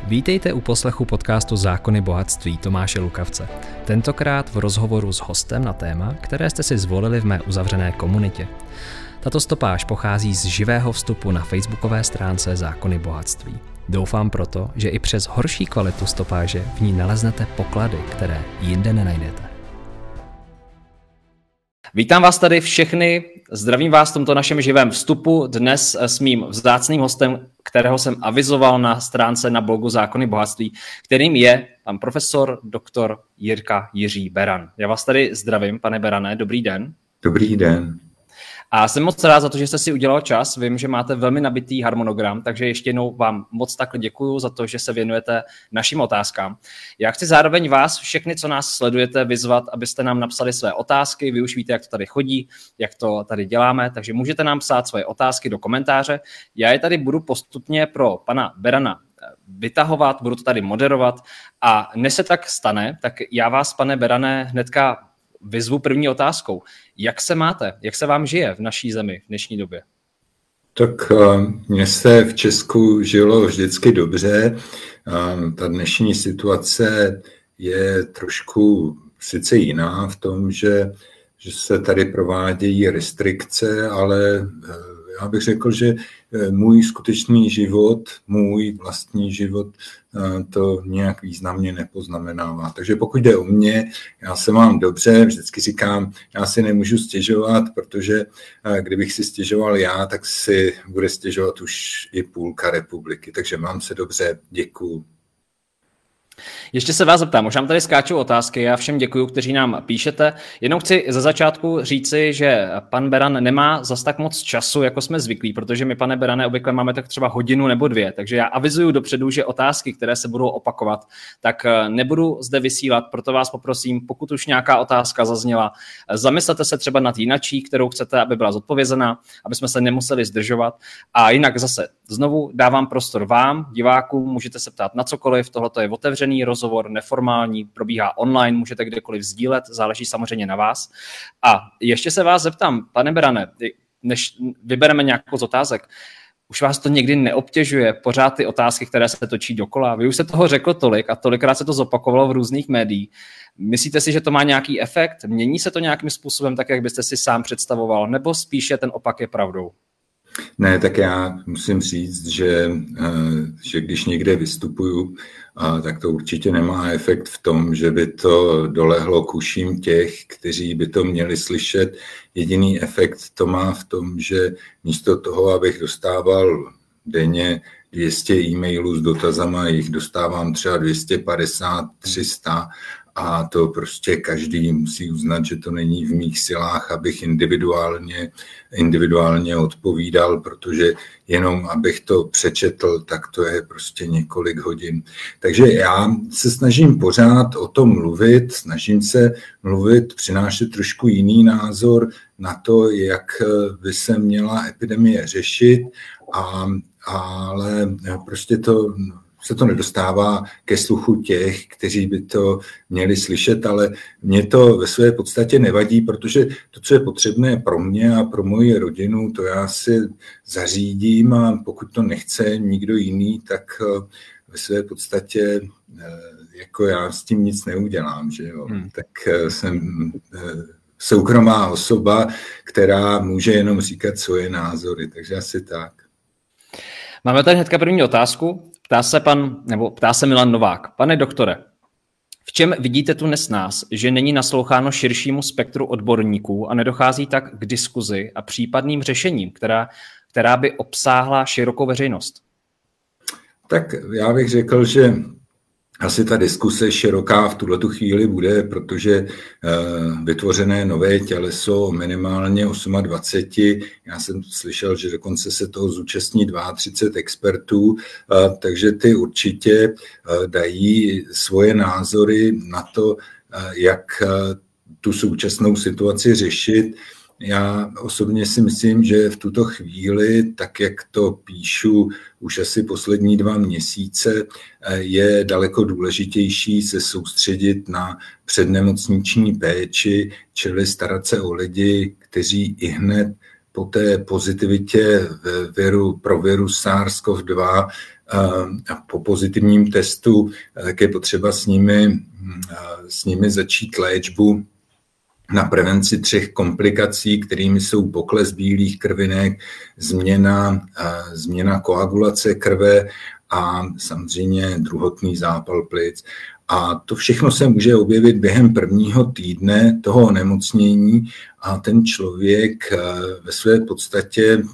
Vítejte u poslechu podcastu Zákony bohatství Tomáše Lukavce. Tentokrát v rozhovoru s hostem na téma, které jste si zvolili v mé uzavřené komunitě. Tato stopáž pochází z živého vstupu na facebookové stránce Zákony bohatství. Doufám proto, že i přes horší kvalitu stopáže v ní naleznete poklady, které jinde nenajdete. Vítám vás tady všechny, zdravím vás v tomto našem živém vstupu, dnes s mým vzácným hostem, kterého jsem avizoval na stránce na blogu Zákony bohatství, kterým je pan profesor doktor Jirka Jiří Beran. Já vás tady zdravím, pane Berane, dobrý den. Dobrý den. A jsem moc rád za to, že jste si udělal čas. Vím, že máte velmi nabitý harmonogram, takže ještě jednou vám moc takhle děkuju za to, že se věnujete našim otázkám. Já chci zároveň vás všechny, co nás sledujete, vyzvat, abyste nám napsali své otázky. Vy už víte, jak to tady chodí, jak to tady děláme, takže můžete nám psát svoje otázky do komentáře. Já je tady budu postupně pro pana Berana vytahovat, budu to tady moderovat a než se tak stane, tak já vás, pane Berane, hnedka vyzvu první otázkou. Jak se máte? Jak se vám žije v naší zemi v dnešní době? Tak mně se v Česku žilo vždycky dobře. Ta dnešní situace je trošku sice jiná v tom, že se tady provádějí restrikce, ale já bych řekl, že můj skutečný život, můj vlastní život to nějak významně nepoznamenává. Takže pokud jde o mě, já se mám dobře, vždycky říkám, já si nemůžu stěžovat, protože kdybych si stěžoval já, tak si bude stěžovat už i půlka republiky. Takže mám se dobře, děkuju. Ještě se vás zeptám, možná tady skáčou otázky, já všem děkuju, kteří nám píšete. Jenom chci ze začátku říci, že pan Beran nemá zas tak moc času, jako jsme zvyklí, protože my, pane Berane, obvykle máme tak třeba hodinu nebo dvě, takže já avizuju dopředu, že otázky, které se budou opakovat, tak nebudu zde vysílat, proto vás poprosím, pokud už nějaká otázka zazněla, zamyslete se třeba nad jinačí, kterou chcete, aby byla zodpovězena, aby jsme se nemuseli zdržovat. A jinak zase znovu dávám prostor vám, divákům, můžete se ptát na cokoliv, tohle je otevřený rozhovor, neformální, probíhá online, můžete kdekoliv sdílet, záleží samozřejmě na vás. A ještě se vás zeptám, pane Berane, než vybereme nějakou z otázek, už vás to někdy neobtěžuje, pořád ty otázky, které se točí dokola? Vy už se toho řekl tolik a tolikrát se to zopakovalo v různých médiích. Myslíte si, že to má nějaký efekt? Mění se to nějakým způsobem tak, jak byste si sám představoval? Nebo spíše ten opak je pravdou? Ne, tak já musím říct, že když někde vystupuju, tak to určitě nemá efekt v tom, že by to dolehlo k uším těch, kteří by to měli slyšet. Jediný efekt to má v tom, že místo toho, abych dostával denně 200 e-mailů s dotazama, jich dostávám třeba 250, 300 a to prostě každý musí uznat, že to není v mých silách, abych individuálně odpovídal, protože jenom abych to přečetl, tak to je prostě několik hodin. Takže já se snažím pořád o tom mluvit, přinášet trošku jiný názor na to, jak by se měla epidemie řešit, ale prostě se to nedostává ke sluchu těch, kteří by to měli slyšet, ale mě to ve své podstatě nevadí, protože to, co je potřebné pro mě a pro moji rodinu, to já si zařídím a pokud to nechce nikdo jiný, tak ve své podstatě jako já s tím nic neudělám, že jo. Tak jsem soukromá osoba, která může jenom říkat svoje názory, takže asi tak. Máme tady hnedka první otázku. Ptá se Milan Novák. Pane doktore, v čem vidíte tu nesnás, že není nasloucháno širšímu spektru odborníků a nedochází tak k diskuzi a případným řešením, která by obsáhla širokou veřejnost? Tak já bych řekl, že asi ta diskuse široká v tuhletu chvíli bude, protože vytvořené nové těleso minimálně 28, já jsem slyšel, že dokonce se toho zúčastní 32 expertů, takže ty určitě dají svoje názory na to, jak tu současnou situaci řešit. Já osobně si myslím, že v tuto chvíli, tak jak to píšu už asi poslední 2 měsíce, je daleko důležitější se soustředit na přednemocniční péči, čili starat se o lidi, kteří ihned po té pozitivitě pro virus SARS-CoV-2 a po pozitivním testu, tak je potřeba s nimi začít léčbu na prevenci 3 komplikací, kterými jsou pokles bílých krvinek, změna koagulace krve a samozřejmě druhotný zápal plic. A to všechno se může objevit během prvního týdne toho onemocnění a ten člověk ve své podstatě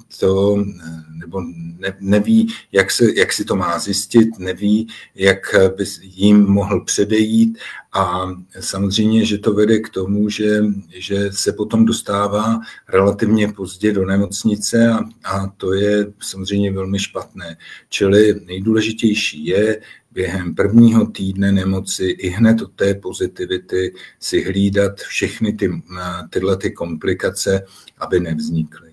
neví, jak si to má zjistit, neví, jak by jim mohl předejít a samozřejmě, že to vede k tomu, že se potom dostává relativně pozdě do nemocnice a to je samozřejmě velmi špatné. Čili nejdůležitější je během prvního týdne nemoci i hned od té pozitivity si hlídat všechny tyhle komplikace, aby nevznikly.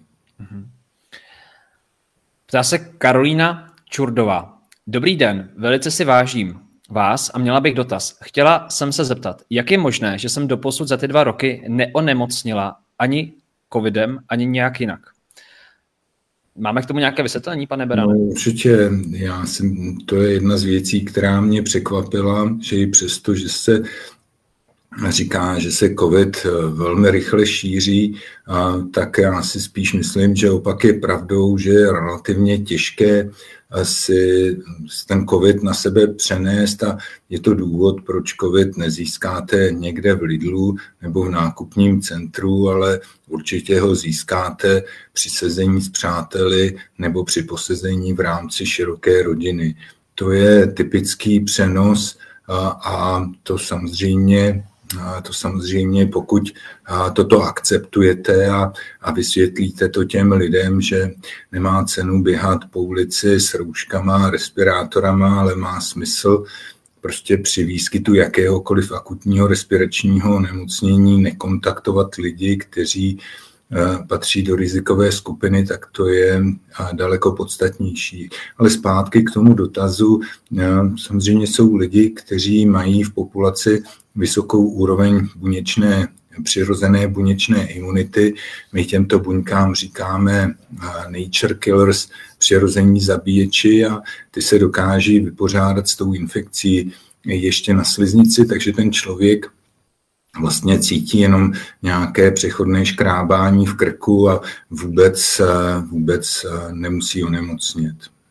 Ptá se Karolína Čurdová. Dobrý den, velice si vážím vás a měla bych dotaz. Chtěla jsem se zeptat, jak je možné, že jsem doposud za ty 2 roky neonemocnila ani covidem, ani nějak jinak? Máme k tomu nějaké vysvětlení, pane Berane? No, určitě. To je jedna z věcí, která mě překvapila, že i přesto, že se říká, že se covid velmi rychle šíří, tak já si spíš myslím, že opak je pravdou, že je relativně těžké si ten covid na sebe přenést a je to důvod, proč covid nezískáte někde v Lidlu nebo v nákupním centru, ale určitě ho získáte při sezení s přáteli nebo při posezení v rámci široké rodiny. To je typický přenos a to samozřejmě, pokud toto akceptujete a vysvětlíte to těm lidem, že nemá cenu běhat po ulici s rouškama, respirátorama, ale má smysl prostě při výskytu jakéhokoliv akutního respiračního onemocnění nekontaktovat lidi, kteří patří do rizikové skupiny, tak to je daleko podstatnější. Ale zpátky k tomu dotazu, samozřejmě jsou lidi, kteří mají v populaci vysokou úroveň přirozené buněčné imunity. My těmto buňkám říkáme nature killers, přirození zabíječi a ty se dokáží vypořádat s tou infekcí ještě na sliznici, takže ten člověk vlastně cítí jenom nějaké přechodné škrábání v krku a vůbec nemusí onemocnět.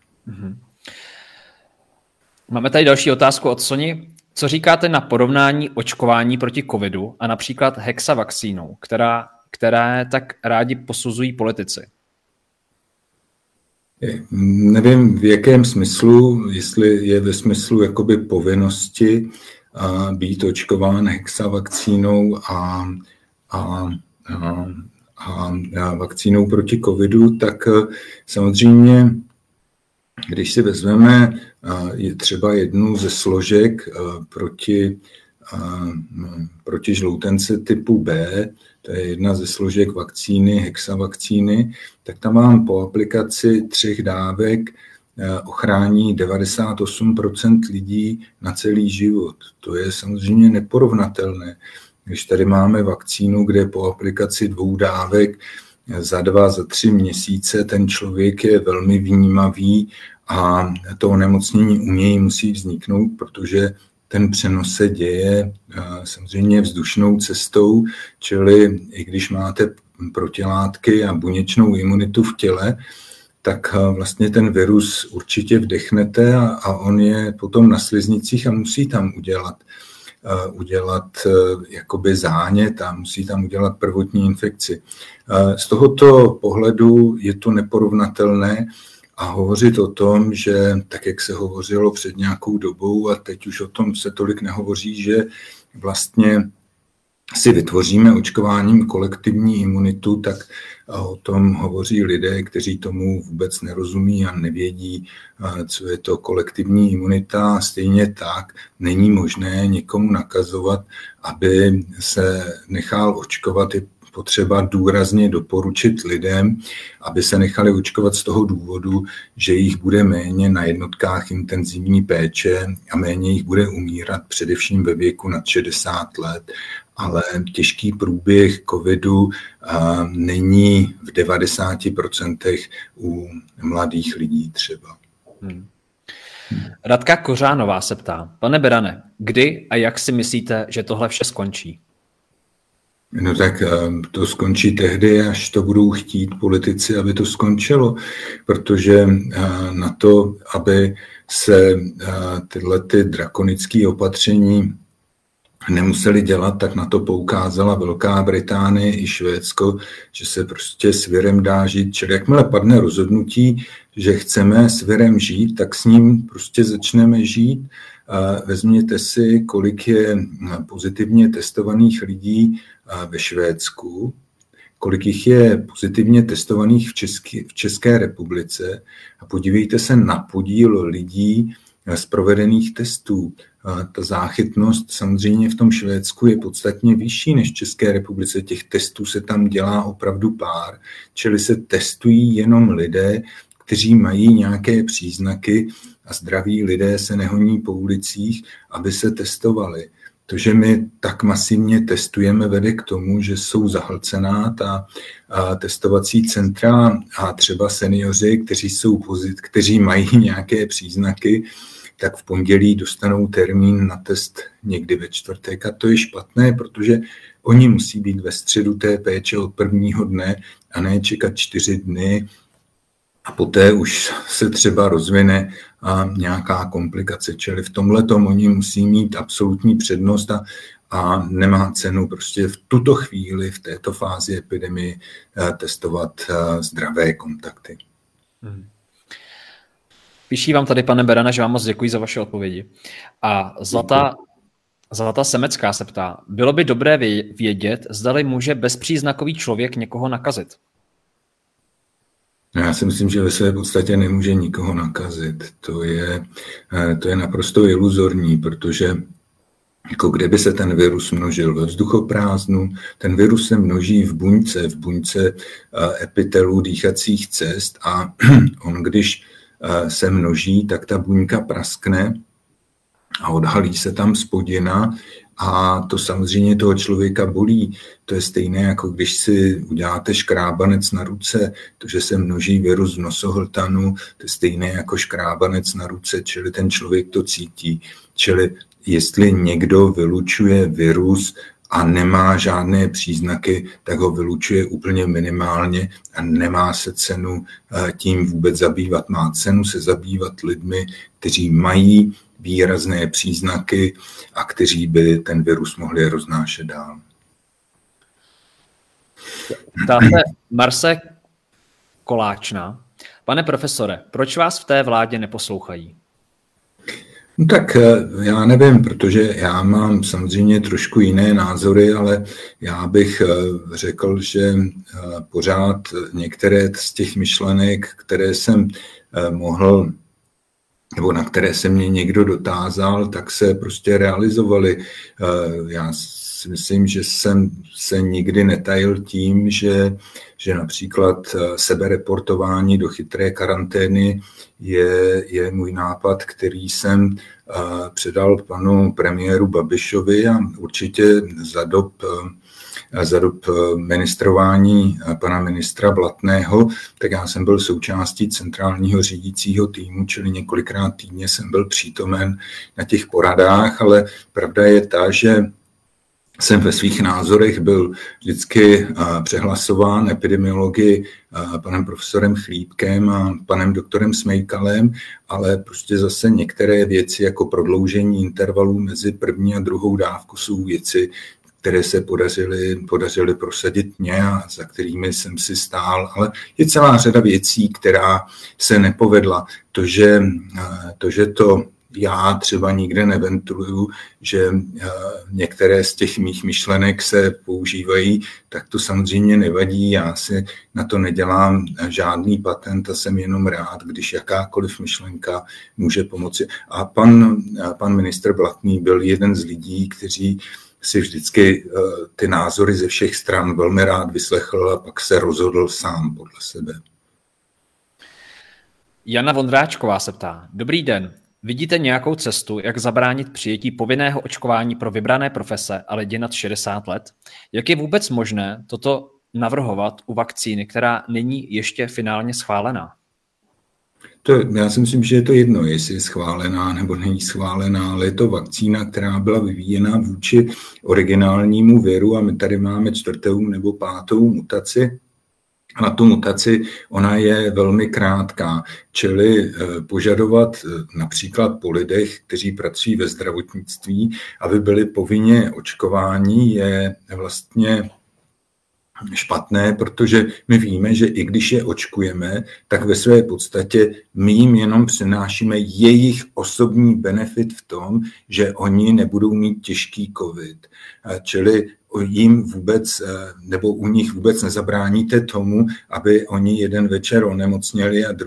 Máme tady další otázku od Soni. Co říkáte na porovnání očkování proti covidu a například hexavakcínou, které tak rádi posuzují politici? Nevím, v jakém smyslu, jestli je ve smyslu jakoby povinnosti být očkován hexavakcínou a vakcínou proti covidu, tak samozřejmě, když si vezmeme třeba jednu ze složek proti žloutence typu B, to je jedna ze složek vakcíny, hexavakcíny, tak tam vám po aplikaci 3 dávek ochrání 98% lidí na celý život. To je samozřejmě neporovnatelné. Když tady máme vakcínu, kde po aplikaci 2 dávek za 2, za 3 měsíce ten člověk je velmi vnímavý a to onemocnění u něj musí vzniknout, protože ten přenos se děje samozřejmě vzdušnou cestou, čili i když máte protilátky a buněčnou imunitu v těle, tak vlastně ten virus určitě vdechnete a on je potom na sliznicích a musí tam udělat jakoby zánět a musí tam udělat prvotní infekci. Z tohoto pohledu je to neporovnatelné a hovořit o tom, že tak, jak se hovořilo před nějakou dobou a teď už o tom se tolik nehovoří, že vlastně si vytvoříme očkováním kolektivní imunitu, tak o tom hovoří lidé, kteří tomu vůbec nerozumí a nevědí, co je to kolektivní imunita. Stejně tak není možné někomu nakazovat, aby se nechal očkovat. Je potřeba důrazně doporučit lidem, aby se nechali očkovat z toho důvodu, že jich bude méně na jednotkách intenzivní péče a méně jich bude umírat především ve věku nad 60 let. ale těžký průběh covidu není v 90% u mladých lidí třeba. Radka Kořánová se ptá, pane Berane, kdy a jak si myslíte, že tohle vše skončí? No tak to skončí tehdy, až to budou chtít politici, aby to skončilo, protože na to, aby se tyhle ty drakonické opatření nemuseli dělat, tak na to poukázala Velká Británie i Švédsko, že se prostě s virem dá žít. Čili jakmile padne rozhodnutí, že chceme s virem žít, tak s ním prostě začneme žít. Vezměte si, kolik je pozitivně testovaných lidí ve Švédsku, kolik jich je pozitivně testovaných v České republice a podívejte se na podíl lidí z provedených testů. Ta záchytnost samozřejmě v tom Švédsku je podstatně vyšší než v České republice. Těch testů se tam dělá opravdu pár, čili se testují jenom lidé, kteří mají nějaké příznaky a zdraví lidé se nehoní po ulicích, aby se testovali. To, že my tak masivně testujeme, vede k tomu, že jsou zahlcená ta testovací centra a třeba seniori, kteří mají nějaké příznaky, tak v pondělí dostanou termín na test někdy ve čtvrtek a to je špatné, protože oni musí být ve středu té péče od prvního dne a ne čekat 4 dny a poté už se třeba rozvine nějaká komplikace. Čili v tomhletom oni musí mít absolutní přednost a nemá cenu prostě v tuto chvíli, v této fázi epidemie testovat zdravé kontakty. Píší vám tady, pane Berane, že vám moc děkuji za vaše odpovědi. A Zlatá Semecká se ptá, bylo by dobré vědět, zdali může bezpříznakový člověk někoho nakazit? Já si myslím, že ve své podstatě nemůže nikoho nakazit. To je naprosto iluzorní, protože jako kde by se ten virus množil ve vzduchoprázdnu, ten virus se množí v buňce epitelů dýchacích cest a on, když se množí, tak ta buňka praskne a odhalí se tam spodina a to samozřejmě toho člověka bolí. To je stejné, jako když si uděláte škrábanec na ruce, to, že se množí virus v nosohltanu, to je stejné jako škrábanec na ruce, čili ten člověk to cítí. Čili jestli někdo vylučuje virus a nemá žádné příznaky, tak ho vylučuje úplně minimálně a nemá se cenu tím vůbec zabývat. Má cenu se zabývat lidmi, kteří mají výrazné příznaky a kteří by ten virus mohli roznášet dál. Ptáte Marse Koláčna. Pane profesore, proč vás v té vládě neposlouchají? No tak já nevím, protože já mám samozřejmě trošku jiné názory, ale já bych řekl, že pořád některé z těch myšlenek, které jsem mohl, nebo na které se mě někdo dotázal, tak se prostě realizovaly. Já si myslím, že jsem se nikdy netajil tím, že například sebereportování do chytré karantény je můj nápad, který jsem předal panu premiéru Babišovi a určitě za dob ministrování pana ministra Blatného, tak já jsem byl součástí centrálního řídícího týmu, čili několikrát týdně jsem byl přítomen na těch poradách, ale pravda je ta, že jsem ve svých názorech byl vždycky přehlasován epidemiologii panem profesorem Chlípkem a panem doktorem Smejkalem, ale prostě zase některé věci jako prodloužení intervalů mezi první a druhou dávku jsou věci, které se podařily prosadit mě a za kterými jsem si stál, ale je celá řada věcí, která se nepovedla. To, že to já třeba nikde neventiluju, že některé z těch mých myšlenek se používají, tak to samozřejmě nevadí. Já si na to nedělám žádný patent a jsem jenom rád, když jakákoliv myšlenka může pomoci. A pan ministr Blatný byl jeden z lidí, kteří si vždycky ty názory ze všech stran velmi rád vyslechl a pak se rozhodl sám podle sebe. Jana Vondráčková se ptá. Dobrý den. Vidíte nějakou cestu, jak zabránit přijetí povinného očkování pro vybrané profese a lidi nad 60 let? Jak je vůbec možné toto navrhovat u vakcíny, která není ještě finálně schválená? Já si myslím, že je to jedno, jestli je schválená nebo není schválená, ale je to vakcína, která byla vyvíjena vůči originálnímu viru a my tady máme 4. nebo 5. mutaci. A na tu mutaci ona je velmi krátká, čili požadovat například po lidech, kteří pracují ve zdravotnictví, aby byli povinně očkováni, je vlastně špatné, protože my víme, že i když je očkujeme, tak ve své podstatě my jim jenom přinášíme jejich osobní benefit v tom, že oni nebudou mít těžký covid. Čili jim vůbec, nebo u nich vůbec nezabráníte tomu, aby oni jeden večer onemocněli a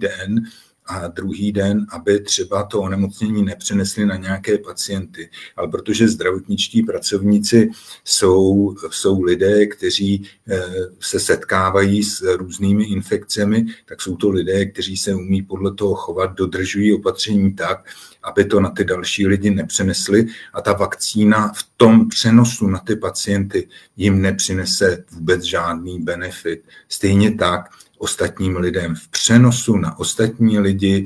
druhý den, aby třeba to onemocnění nepřenesli na nějaké pacienty. Ale protože zdravotničtí pracovníci jsou lidé, kteří se setkávají s různými infekcemi, tak jsou to lidé, kteří se umí podle toho chovat, dodržují opatření tak, aby to na ty další lidi nepřenesli a ta vakcína v tom přenosu na ty pacienty jim nepřinese vůbec žádný benefit. Stejně tak ostatním lidem v přenosu na ostatní lidi,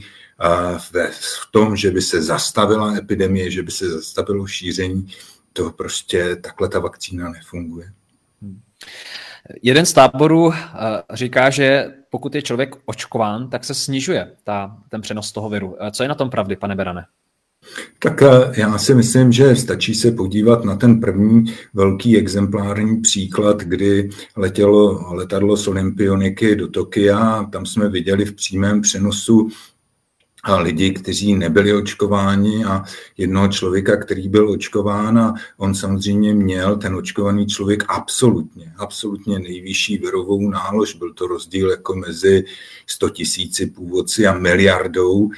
v tom, že by se zastavila epidemie, že by se zastavilo šíření, to prostě takhle ta vakcína nefunguje. Jeden z táborů říká, že pokud je člověk očkován, tak se snižuje ten přenos toho viru. Co je na tom pravdy, pane Berane? Tak já si myslím, že stačí se podívat na ten první velký exemplární příklad, kdy letělo letadlo z Olympioniky do Tokia. Tam jsme viděli v přímém přenosu lidi, kteří nebyli očkováni a jednoho člověka, který byl očkován a on samozřejmě měl, ten očkovaný člověk, absolutně nejvyšší virovou nálož. Byl to rozdíl jako mezi 100 000 původci a miliardou,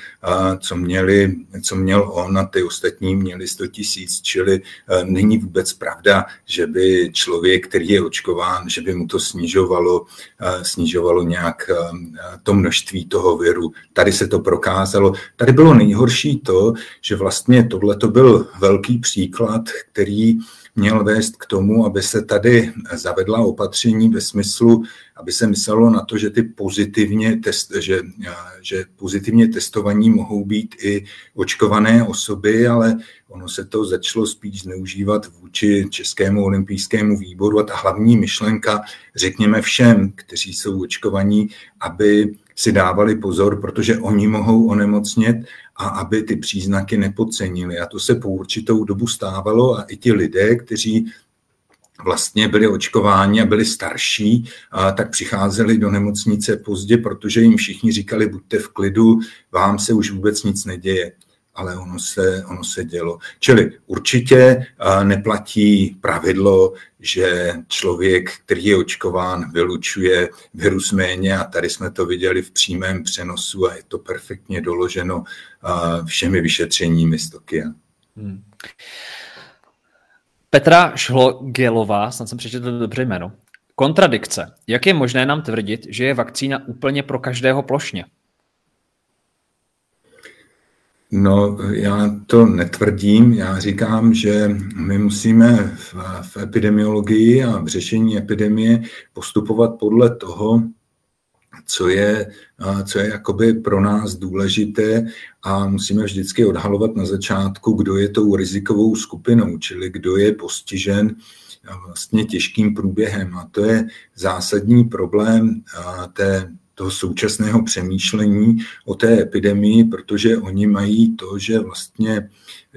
co měl on a ty ostatní měli 100 000, čili není vůbec pravda, že by člověk, který je očkován, že by mu to snižovalo nějak to množství toho viru. Tady se to prokázalo. Tady bylo nejhorší to, že vlastně tohleto byl velký příklad, který měl vést k tomu, aby se tady zavedla opatření ve smyslu, aby se myslelo na to, že ty pozitivně testovaní mohou být i očkované osoby, ale ono se to začalo spíš zneužívat vůči Českému olympijskému výboru a ta hlavní myšlenka, řekněme všem, kteří jsou očkovaní, aby si dávali pozor, protože oni mohou onemocnět a aby ty příznaky nepodcenili. A to se po určitou dobu stávalo a i ti lidé, kteří vlastně byli očkováni a byli starší, tak přicházeli do nemocnice pozdě, protože jim všichni říkali, buďte v klidu, vám se už vůbec nic neděje. Ale ono se dělo. Čili určitě neplatí pravidlo, že člověk, který je očkován, vylučuje virus méně a tady jsme to viděli v přímém přenosu a je to perfektně doloženo všemi vyšetřeními z Tokia. Petra Šlogelová, snad jsem přečetl dobře jméno. Kontradikce. Jak je možné nám tvrdit, že je vakcína úplně pro každého plošně? No, já to netvrdím. Já říkám, že my musíme v epidemiologii a v řešení epidemie postupovat podle toho, co je jakoby pro nás důležité a musíme vždycky odhalovat na začátku, kdo je tou rizikovou skupinou, čili kdo je postižen vlastně těžkým průběhem. A to je zásadní problém toho současného přemýšlení o té epidemii, protože oni mají to, že vlastně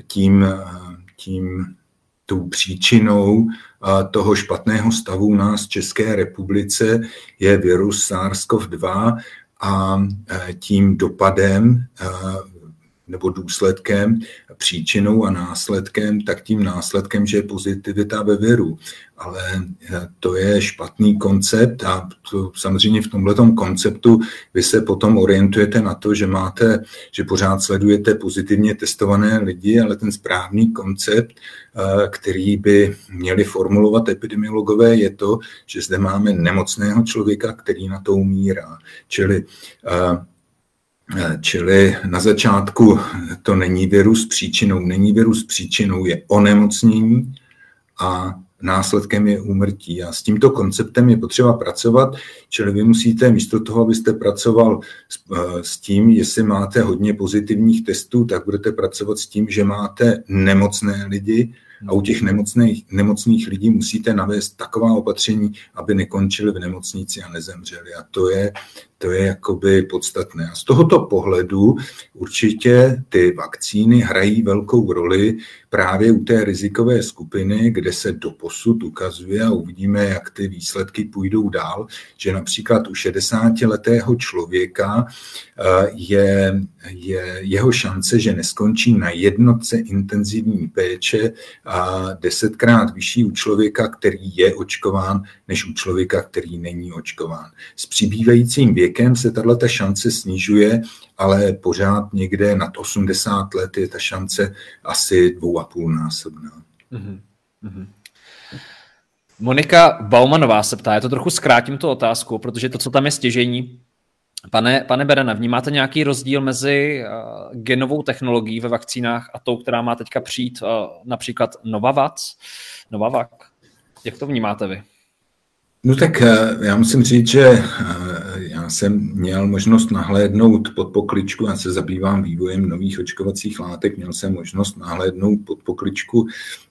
tou příčinou toho špatného stavu u nás v České republice je virus SARS-CoV-2 a tím dopadem nebo důsledkem, příčinou a následkem, tak tím následkem, že je pozitivita ve viru. Ale to je špatný koncept a to samozřejmě v tomhletom konceptu vy se potom orientujete na to, že pořád sledujete pozitivně testované lidi, ale ten správný koncept, který by měli formulovat epidemiologové, je to, že zde máme nemocného člověka, který na to umírá. Čili Čili na začátku to není virus příčinou je onemocnění a následkem je úmrtí. A s tímto konceptem je potřeba pracovat, čili vy musíte místo toho, abyste pracoval s tím, jestli máte hodně pozitivních testů, tak budete pracovat s tím, že máte nemocné lidi a u těch nemocných lidí musíte navést taková opatření, aby nekončili v nemocnici a nezemřeli. A to je jakoby podstatné. A z tohoto pohledu určitě ty vakcíny hrají velkou roli právě u té rizikové skupiny, kde se doposud ukazuje a uvidíme, jak ty výsledky půjdou dál, že například u 60letého člověka je jeho šance, že neskončí na jednotce intenzivní péče a 10krát vyšší u člověka, který je očkován, než u člověka, který není očkován. S přibývajícím věkem se tato šance snižuje, ale pořád někde nad 80 let je ta šance asi 2,5násobná. Mm-hmm. Monika Baumanová se ptá, já to trochu zkrátím tu otázku, protože to, co tam je stěžejní. Pane Berane, vnímáte nějaký rozdíl mezi genovou technologií ve vakcínách a tou, která má teďka přijít, například Novavax? Jak to vnímáte vy? No tak já musím říct, že já jsem měl možnost nahlédnout pod pokličku, já se zabývám vývojem nových očkovacích látek, měl jsem možnost nahlédnout pod pokličku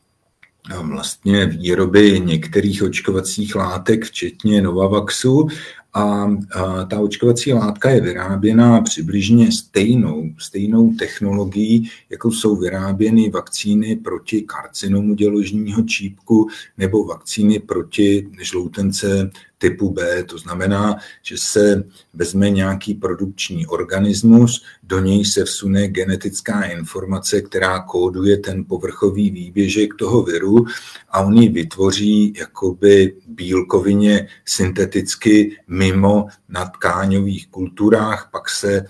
vlastně výroby některých očkovacích látek, včetně Novavaxu, a ta očkovací látka je vyráběna přibližně stejnou technologií, jako jsou vyráběny vakcíny proti karcinomu děložního čípku nebo vakcíny proti žloutence typu B. To znamená, že se vezme nějaký produkční organismus, do něj se vsune genetická informace, která kóduje ten povrchový výběžek toho viru a on ji vytvoří jakoby bílkovině synteticky mimo na tkáňových kulturách, pak se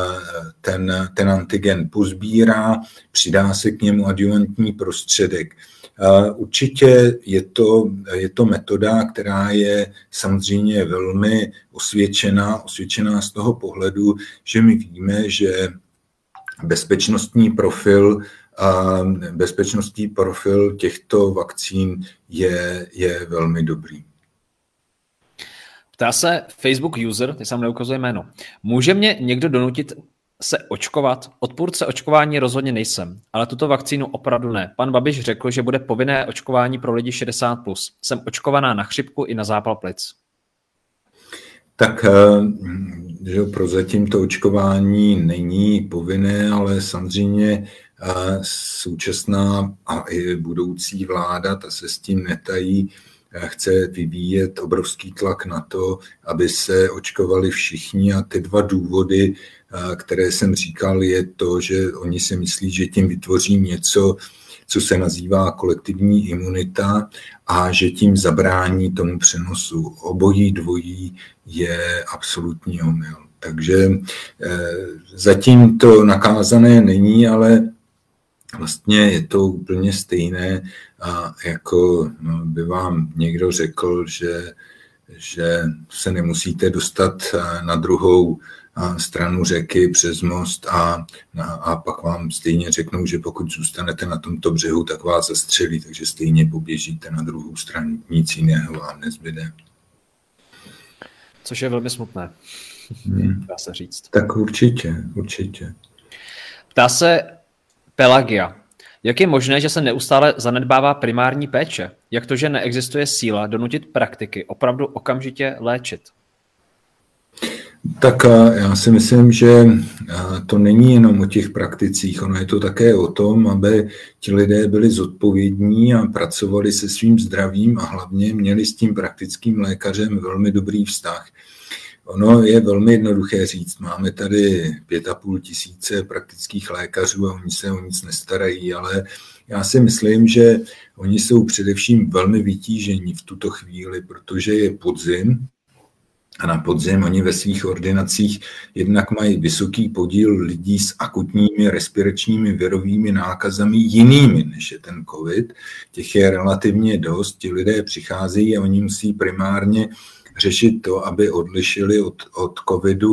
ten antigen pozbírá, přidá se k němu adjuvantní prostředek. Určitě je to metoda, která je samozřejmě velmi osvědčená z toho pohledu, že my víme, že bezpečnostní profil těchto vakcín je velmi dobrý. Ptá se Facebook user, teď se neukazuje jméno. Může mě někdo donutit se očkovat? Odpůrce očkování rozhodně nejsem, ale tuto vakcínu opravdu ne. Pan Babiš řekl, že bude povinné očkování pro lidi 60+. Jsem očkovaná na chřipku i na zápal plic. Tak že prozatím to očkování není povinné, ale samozřejmě současná a i budoucí vláda, ta se s tím netají, chce vyvíjet obrovský tlak na to, aby se očkovali všichni, a ty dva důvody, které jsem říkal, je to, že oni si myslí, že tím vytvoří něco, co se nazývá kolektivní imunita a že tím zabrání tomu přenosu. Obojí dvojí je absolutní omyl. Takže zatím to nakázané není, ale vlastně je to úplně stejné, jako by vám někdo řekl, že se nemusíte dostat na druhou stranu řeky přes most a pak vám stejně řeknou, že pokud zůstanete na tomto břehu, tak vás zastřelí, takže stejně poběžíte na druhou stranu. Nic jiného vám nezbyde. Což je velmi smutné, dá se říct. Tak určitě. Ptá se Pelagia. Jak je možné, že se neustále zanedbává primární péče? Jak to, že neexistuje síla donutit praktiky opravdu okamžitě léčit? Tak já si myslím, že to není jenom o těch prakticích, ono je to také o tom, aby ti lidé byli zodpovědní a pracovali se svým zdravím a hlavně měli s tím praktickým lékařem velmi dobrý vztah. Ono je velmi jednoduché říct, máme tady 5,5 tisíce praktických lékařů a oni se o nic nestarají, ale já si myslím, že oni jsou především velmi vytížení v tuto chvíli, protože je podzim a na podzim oni ve svých ordinacích jednak mají vysoký podíl lidí s akutními respiračními virovými nákazami jinými, než je ten covid. Těch je relativně dost, ti lidé přicházejí a oni musí primárně řešit to, aby odlišili od covidu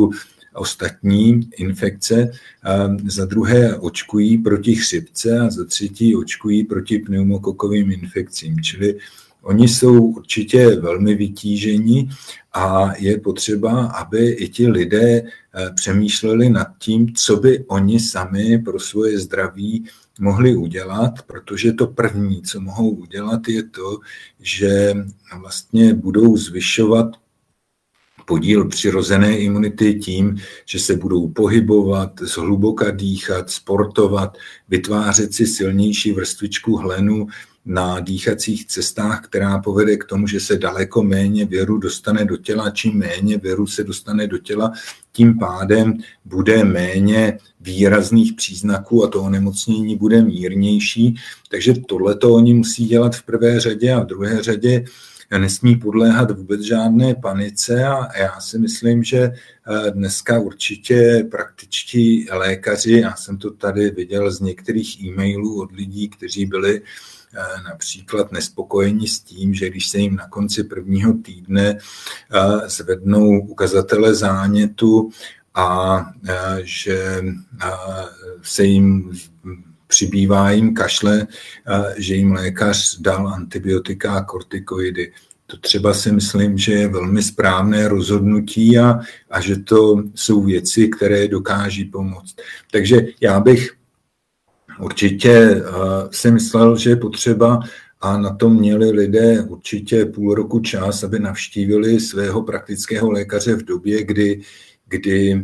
ostatní infekce, za druhé očkují proti chřipce a za třetí očkují proti pneumokokovým infekcím. Čili oni jsou určitě velmi vytíženi a je potřeba, aby i ti lidé přemýšleli nad tím, co by oni sami pro svoje zdraví mohli udělat, protože to první, co mohou udělat, je to, že vlastně budou zvyšovat podíl přirozené imunity tím, že se budou pohybovat, zhluboka dýchat, sportovat, vytvářet si silnější vrstvičku hlenu na dýchacích cestách, která povede k tomu, že se daleko méně viru dostane do těla. Čím méně viru se dostane do těla, tím pádem bude méně výrazných příznaků a to onemocnění bude mírnější. Takže tohleto oni musí dělat v prvé řadě a v druhé řadě nesmí podléhat vůbec žádné panice a já si myslím, že dneska určitě praktičtí lékaři, já jsem to tady viděl z některých e-mailů od lidí, kteří byli například nespokojeni s tím, že když se jim na konci prvního týdne zvednou ukazatele zánětu a že se jim přibývá jim kašle, že jim lékař dal antibiotika a kortikoidy. To třeba si myslím, že je velmi správné rozhodnutí a že to jsou věci, které dokáží pomoct. Takže já bych určitě si myslel, že je potřeba a na to měli lidé určitě půl roku čas, aby navštívili svého praktického lékaře v době, kdy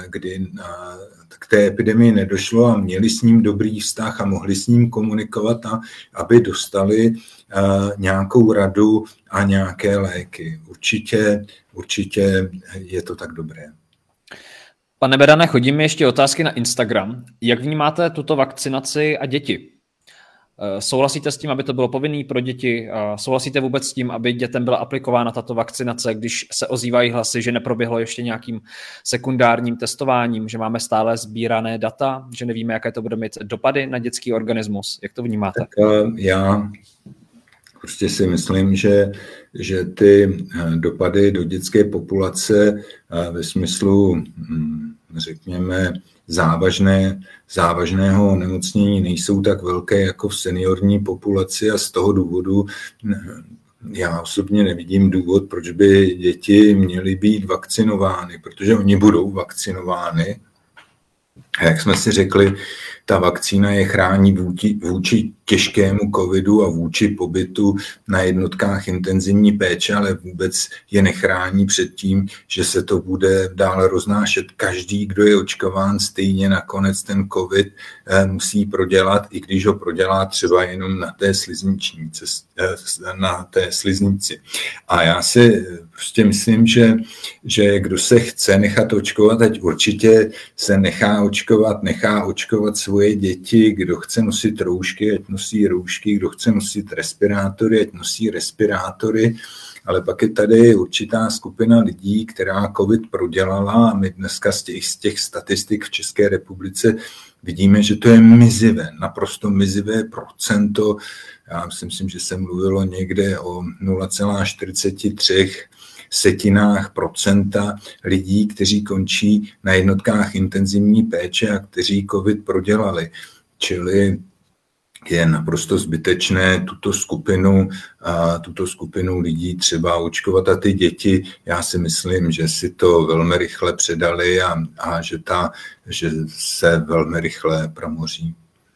k té epidemii nedošlo a měli s ním dobrý vztah a mohli s ním komunikovat a aby dostali nějakou radu a nějaké léky. Určitě je to tak dobré. Pane Berane, chodí mi ještě otázky na Instagram. Jak vnímáte tuto vakcinaci a děti? Souhlasíte s tím, aby to bylo povinné pro děti? Souhlasíte vůbec s tím, aby dětem byla aplikována tato vakcinace, když se ozývají hlasy, že neproběhlo ještě nějakým sekundárním testováním, že máme stále sbírané data, že nevíme, jaké to bude mít dopady na dětský organismus? Jak to vnímáte? Tak já prostě si myslím, že ty dopady do dětské populace ve smyslu, řekněme, závažného onemocnění nejsou tak velké jako v seniorní populaci a z toho důvodu já osobně nevidím důvod, proč by děti měly být vakcinovány, protože oni budou vakcinovány. A jak jsme si řekli, ta vakcína je chrání vůči těžkému covidu a vůči pobytu na jednotkách intenzivní péče, ale vůbec je nechrání před tím, že se to bude dále roznášet. Každý, kdo je očkován, stejně nakonec ten covid musí prodělat, i když ho prodělá třeba jenom na té sliznici. A já si prostě myslím, že kdo se chce nechat očkovat, ať určitě se nechá očkovat svoje děti, kdo chce nosit roušky, ať nosí roušky, kdo chce nosit respirátory, ať nosí respirátory, ale pak je tady určitá skupina lidí, která covid prodělala a my dneska z těch statistik v České republice vidíme, že to je mizivé, naprosto mizivé procento. Já si myslím, že se mluvilo někde o 0,43% lidí, kteří končí na jednotkách intenzivní péče a kteří covid prodělali. Čili je naprosto zbytečné tuto skupinu lidí třeba očkovat a ty děti, já si myslím, že si to velmi rychle předali a že se velmi rychle promoří.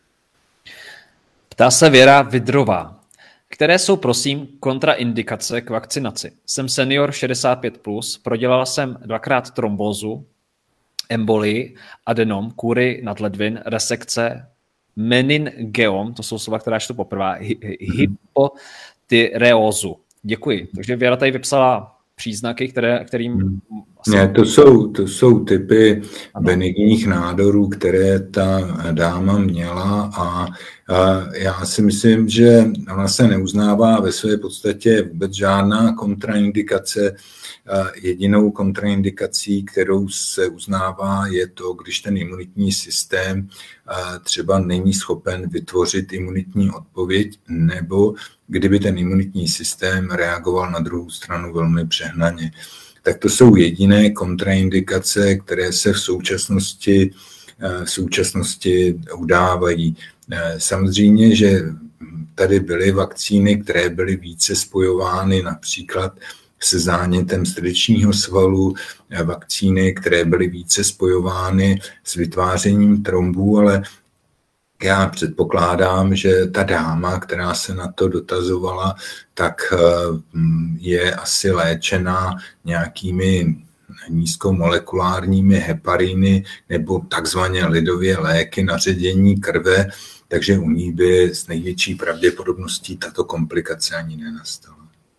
Ptá se Věra Vidrová. Které jsou, prosím, kontraindikace k vakcinaci? Jsem senior 65+, prodělala jsem 2krát trombózu, embolii, adenom, kůry nadledvin, resekce, meningeom, to jsou slova, která čtu poprvé, hypotyreózu. Děkuji. Takže Věra tady vypsala příznaky, kterým... Ne, to jsou typy benigních nádorů, které ta dáma měla a já si myslím, že ona se neuznává ve své podstatě vůbec žádná kontraindikace. Jedinou kontraindikací, kterou se uznává, je to, když ten imunitní systém třeba není schopen vytvořit imunitní odpověď, nebo kdyby ten imunitní systém reagoval na druhou stranu velmi přehnaně. tak to jsou jediné kontraindikace, které se v současnosti udávají. Samozřejmě, že tady byly vakcíny, které byly více spojovány například se zánětem srdečního svalu, vakcíny, které byly více spojovány s vytvářením trombů, ale já předpokládám, že ta dáma, která se na to dotazovala, tak je asi léčena nějakými nízkomolekulárními hepariny nebo takzvaně lidově léky na ředění krve, takže u ní by s největší pravděpodobností tato komplikace ani nenastala.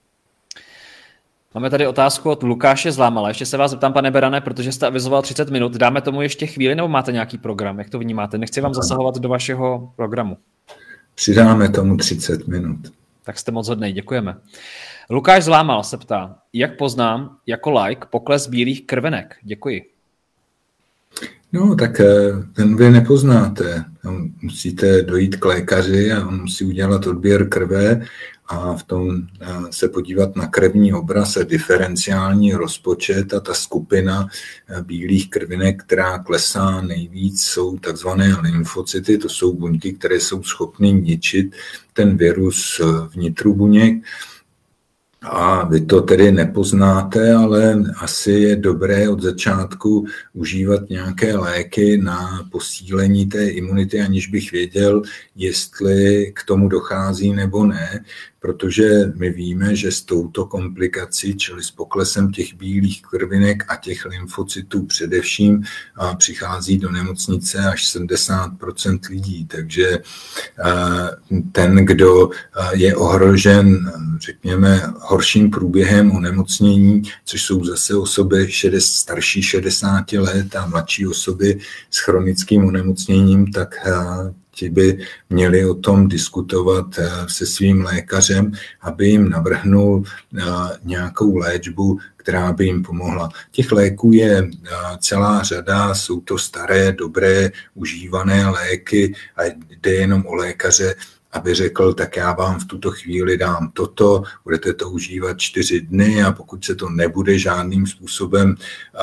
Máme tady otázku od Lukáše Zlámala. Ještě se vás zeptám, pane Berane, protože jste avizoval 30 minut. Dáme tomu ještě chvíli, nebo máte nějaký program? Jak to vnímáte? Nechci vám zasahovat do vašeho programu. Přidáme tomu 30 minut. Tak jste moc hodnej, děkujeme. Lukáš Zlámal se ptá, jak poznám jako like pokles bílých krvinek? Děkuji. No, tak ten vy nepoznáte. Musíte dojít k lékaři a on musí udělat odběr krve a v tom se podívat na krevní obraz a diferenciální rozpočet a ta skupina bílých krvinek, která klesá nejvíc, jsou takzvané lymfocyty, to jsou buňky, které jsou schopny ničit ten virus vnitru buněk. A vy to tedy nepoznáte, ale asi je dobré od začátku užívat nějaké léky na posílení té imunity, aniž bych věděl, jestli k tomu dochází nebo ne, protože my víme, že s touto komplikací, čili s poklesem těch bílých krvinek a těch lymfocytů především, přichází do nemocnice až 70% lidí. Takže ten, kdo je ohrožen, řekněme, horším průběhem onemocnění, což jsou zase osoby starší 60 let a mladší osoby s chronickým onemocněním, tak ti by měli o tom diskutovat se svým lékařem, aby jim navrhnul nějakou léčbu, která by jim pomohla. Těch léků je celá řada, jsou to staré, dobré, užívané léky a jde jenom o lékaře, aby řekl, tak já vám v tuto chvíli dám toto, budete to užívat 4 dny a pokud se to nebude žádným způsobem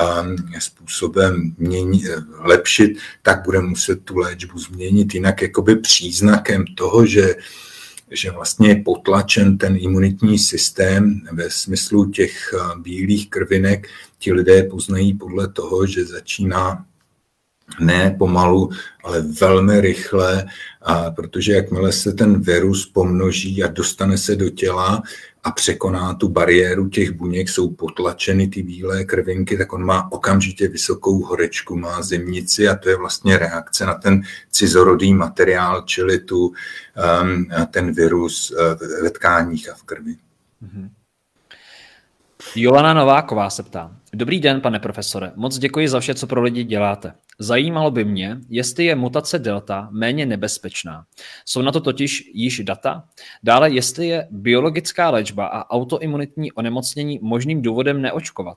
lepšit, tak bude muset tu léčbu změnit. Jinak jakoby příznakem toho, že vlastně je potlačen ten imunitní systém ve smyslu těch bílých krvinek, ti lidé poznají podle toho, že začíná ne pomalu, ale velmi rychle, protože jakmile se ten virus pomnoží a dostane se do těla a překoná tu bariéru těch buněk, jsou potlačeny ty bílé krvinky, tak on má okamžitě vysokou horečku, má zimnici a to je vlastně reakce na ten cizorodý materiál, čili ten virus ve tkáních a v krvi. Mm-hmm. Jolana Nováková se ptá. Dobrý den, pane profesore. Moc děkuji za vše, co pro lidi děláte. Zajímalo by mě, jestli je mutace delta méně nebezpečná. Jsou na to totiž již data? Dále, jestli je biologická léčba a autoimunitní onemocnění možným důvodem neočkovat?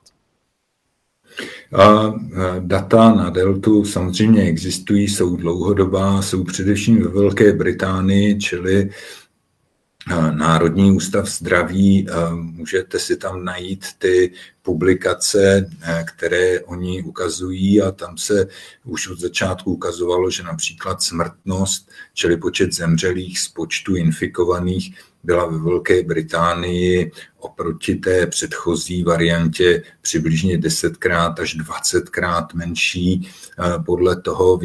Data na deltu samozřejmě existují, jsou dlouhodobá, jsou především ve Velké Británii, čili Národní ústav zdraví, můžete si tam najít ty publikace, které oni ukazují a tam se už od začátku ukazovalo, že například smrtnost, čili počet zemřelých z počtu infikovaných, byla ve Velké Británii oproti té předchozí variantě přibližně 10krát až 20krát menší podle toho, v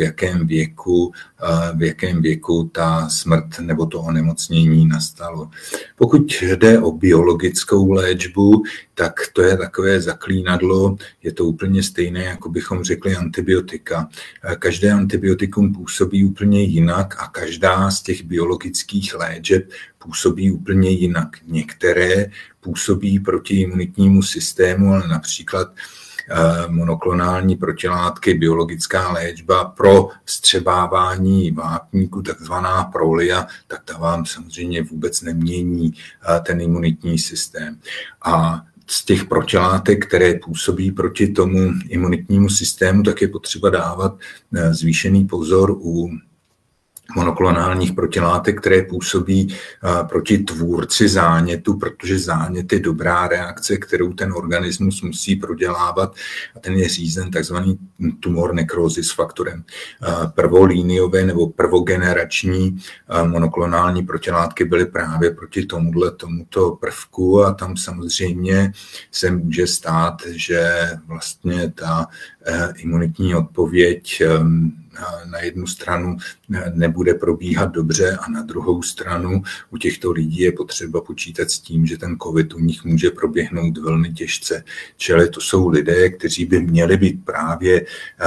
jakém věku ta smrt nebo to onemocnění nastalo. Pokud jde o biologickou léčbu, tak to je takové zaklínadlo, je to úplně stejné, jako bychom řekli antibiotika. Každé antibiotikum působí úplně jinak a každá z těch biologických léčeb působí úplně jinak. Některé působí proti imunitnímu systému, ale například monoklonální protilátky, biologická léčba pro vstřebávání vápníku, takzvaná Prolia, tak ta vám samozřejmě vůbec nemění ten imunitní systém. A z těch protilátek, které působí proti tomu imunitnímu systému, tak je potřeba dávat zvýšený pozor u monoklonálních protilátek, které působí proti tvůrci zánětu, protože zánět je dobrá reakce, kterou ten organismus musí prodělávat a ten je řízen takzvaný tumor nekrózy s faktorem. Prvolíniové nebo prvogenerační monoklonální protilátky byly právě proti tomuto prvku a tam samozřejmě se může stát, že vlastně ta imunitní odpověď na jednu stranu nebude probíhat dobře a na druhou stranu u těchto lidí je potřeba počítat s tím, že ten covid u nich může proběhnout velmi těžce. Čili to jsou lidé, kteří by měli být právě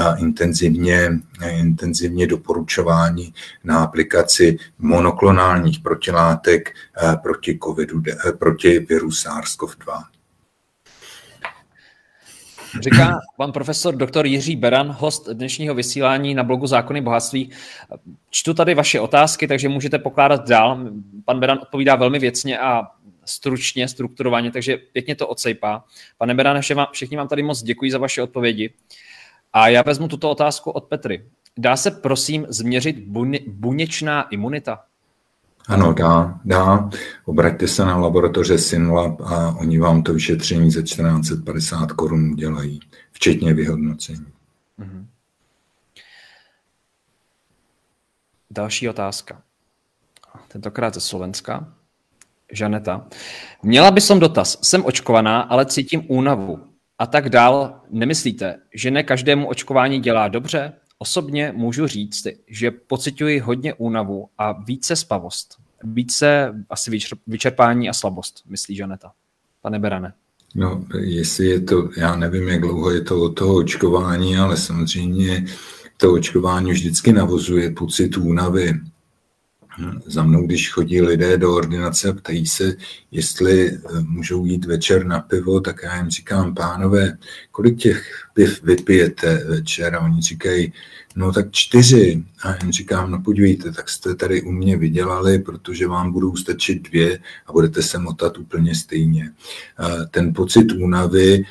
intenzivně doporučováni na aplikaci monoklonálních protilátek proti viru SARS-CoV-2. Říká pan profesor dr. Jiří Beran, host dnešního vysílání na blogu Zákony bohatství. Čtu tady vaše otázky, takže můžete pokládat dál. Pan Beran odpovídá velmi věcně a stručně, strukturovaně, takže pěkně to odsejpá. Pane Berane, všichni vám tady moc děkuji za vaše odpovědi. A já vezmu tuto otázku od Petry. Dá se prosím změřit buněčná imunita? Ano, dá. Obraťte se na laboratoře Synlab a oni vám to vyšetření za 1450 korun udělají, včetně vyhodnocení. Mhm. Další otázka. Tentokrát ze Slovenska. Žaneta. Měla by som dotaz. Jsem očkovaná, ale cítím únavu. A tak dál. Nemyslíte, že ne každému očkování dělá dobře? Osobně můžu říct, že pociťuji hodně únavu a více spavost. Více asi vyčerpání a slabost, myslí Žaneta. Pane Berane. No, jestli je to, já nevím, jak dlouho je to od toho očkování, ale samozřejmě to očkování vždycky navozuje pocit únavy. Za mnou, když chodí lidé do ordinace a ptají se, jestli můžou jít večer na pivo, tak já jim říkám, pánové, kolik těch piv vypijete večer? A oni říkají, no tak 4. A jim říkám, no podívejte, tak jste tady u mě vydělali, protože vám budou stačit 2 a budete se motat úplně stejně. Ten pocit únavy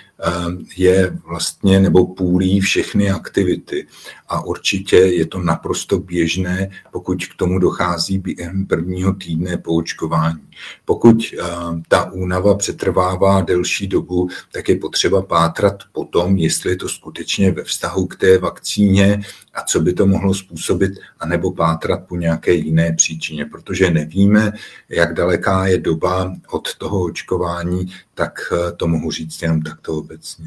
je vlastně, nebo půlí všechny aktivity. A určitě je to naprosto běžné, pokud k tomu dochází během prvního týdne po očkování. Pokud ta únava přetrvává delší dobu, tak je potřeba pátrat po tom, jestli je to skutečně ve vztahu k té vakcíně a co by to mohlo způsobit, anebo pátrat po nějaké jiné příčině, protože nevíme, jak daleká je doba od toho očkování, tak to mohu říct jenom takto obecně.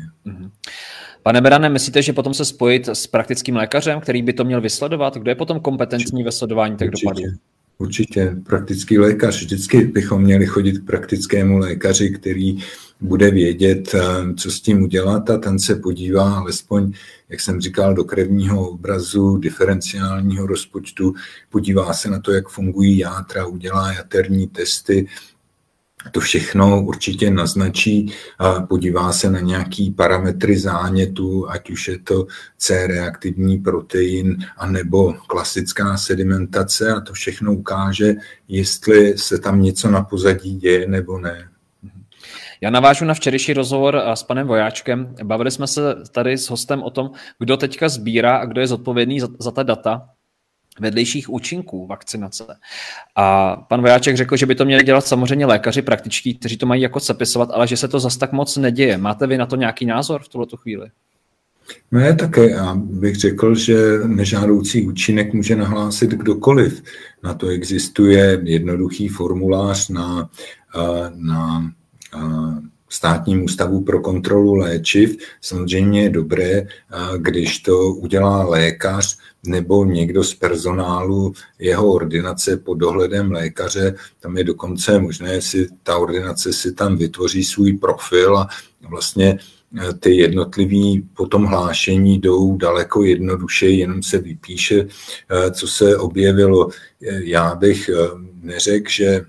Pane Berane, myslíte, že potom se spojit s praktickým lékařem, který by to měl vysledovat? Kdo je potom kompetentní ve sledování těch dopadů? Určitě, praktický lékař. Vždycky bychom měli chodit k praktickému lékaři, který bude vědět, co s tím udělat a ten se podívá alespoň, jak jsem říkal, do krevního obrazu, diferenciálního rozpočtu, podívá se na to, jak fungují játra, udělá jaterní testy. To všechno určitě naznačí, podívá se na nějaký parametry zánětu, ať už je to C-reaktivní protein, anebo klasická sedimentace a to všechno ukáže, jestli se tam něco na pozadí děje nebo ne. Já navážu na včerejší rozhovor s panem Vojáčkem. Bavili jsme se tady s hostem o tom, kdo teďka sbírá a kdo je zodpovědný za ta data vedlejších účinků vakcinace. A pan Vojáček řekl, že by to měli dělat samozřejmě lékaři praktičtí, kteří to mají jako sepisovat, ale že se to zas tak moc neděje. Máte vy na to nějaký názor v tuhletu chvíli? Ne, také. Já bych řekl, že nežádoucí účinek může nahlásit kdokoliv. Na to existuje jednoduchý formulář na Státním ústavu pro kontrolu léčiv. Samozřejmě je dobré, když to udělá lékař nebo někdo z personálu jeho ordinace pod dohledem lékaře. Tam je dokonce možné, si ta ordinace si tam vytvoří svůj profil a vlastně ty jednotlivý potom hlášení jdou daleko jednodušeji, jenom se vypíše, co se objevilo. Já bych neřekl,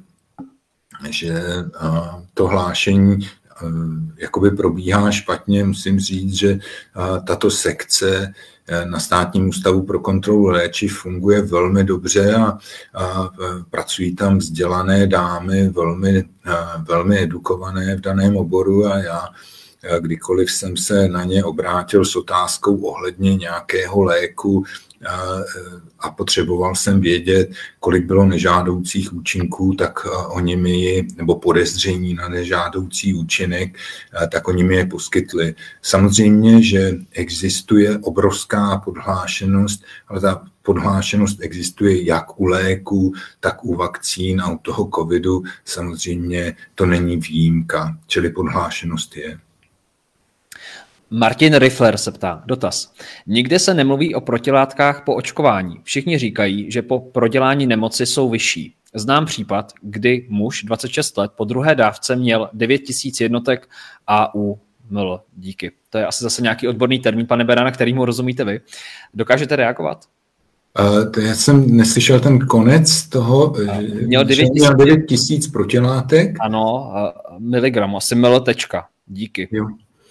že to hlášení jakoby probíhá špatně. Musím říct, že tato sekce na Státním ústavu pro kontrolu léčiv funguje velmi dobře a pracují tam vzdělané dámy, velmi edukované v daném oboru a já kdykoliv jsem se na ně obrátil s otázkou ohledně nějakého léku, a potřeboval jsem vědět, kolik bylo nežádoucích účinků, tak oni mi ji, nebo podezření na nežádoucí účinek, tak oni mi je poskytli. Samozřejmě, že existuje obrovská podhlášenost, ale ta podhlášenost existuje jak u léků, tak u vakcín a u toho covidu samozřejmě to není výjimka, čili podhlášenost je. Martin Riffler se ptá, dotaz. Nikde se nemluví o protilátkách po očkování. Všichni říkají, že po prodělání nemoci jsou vyšší. Znám případ, kdy muž 26 let po druhé dávce měl 9000 jednotek AU-ML. Díky. To je asi zase nějaký odborný termín, pane Berane, kterýmu rozumíte vy. Dokážete reagovat? Já jsem neslyšel ten konec toho, měl 9000 protilátek. Ano, miligramu, asi ml. Díky. Jo.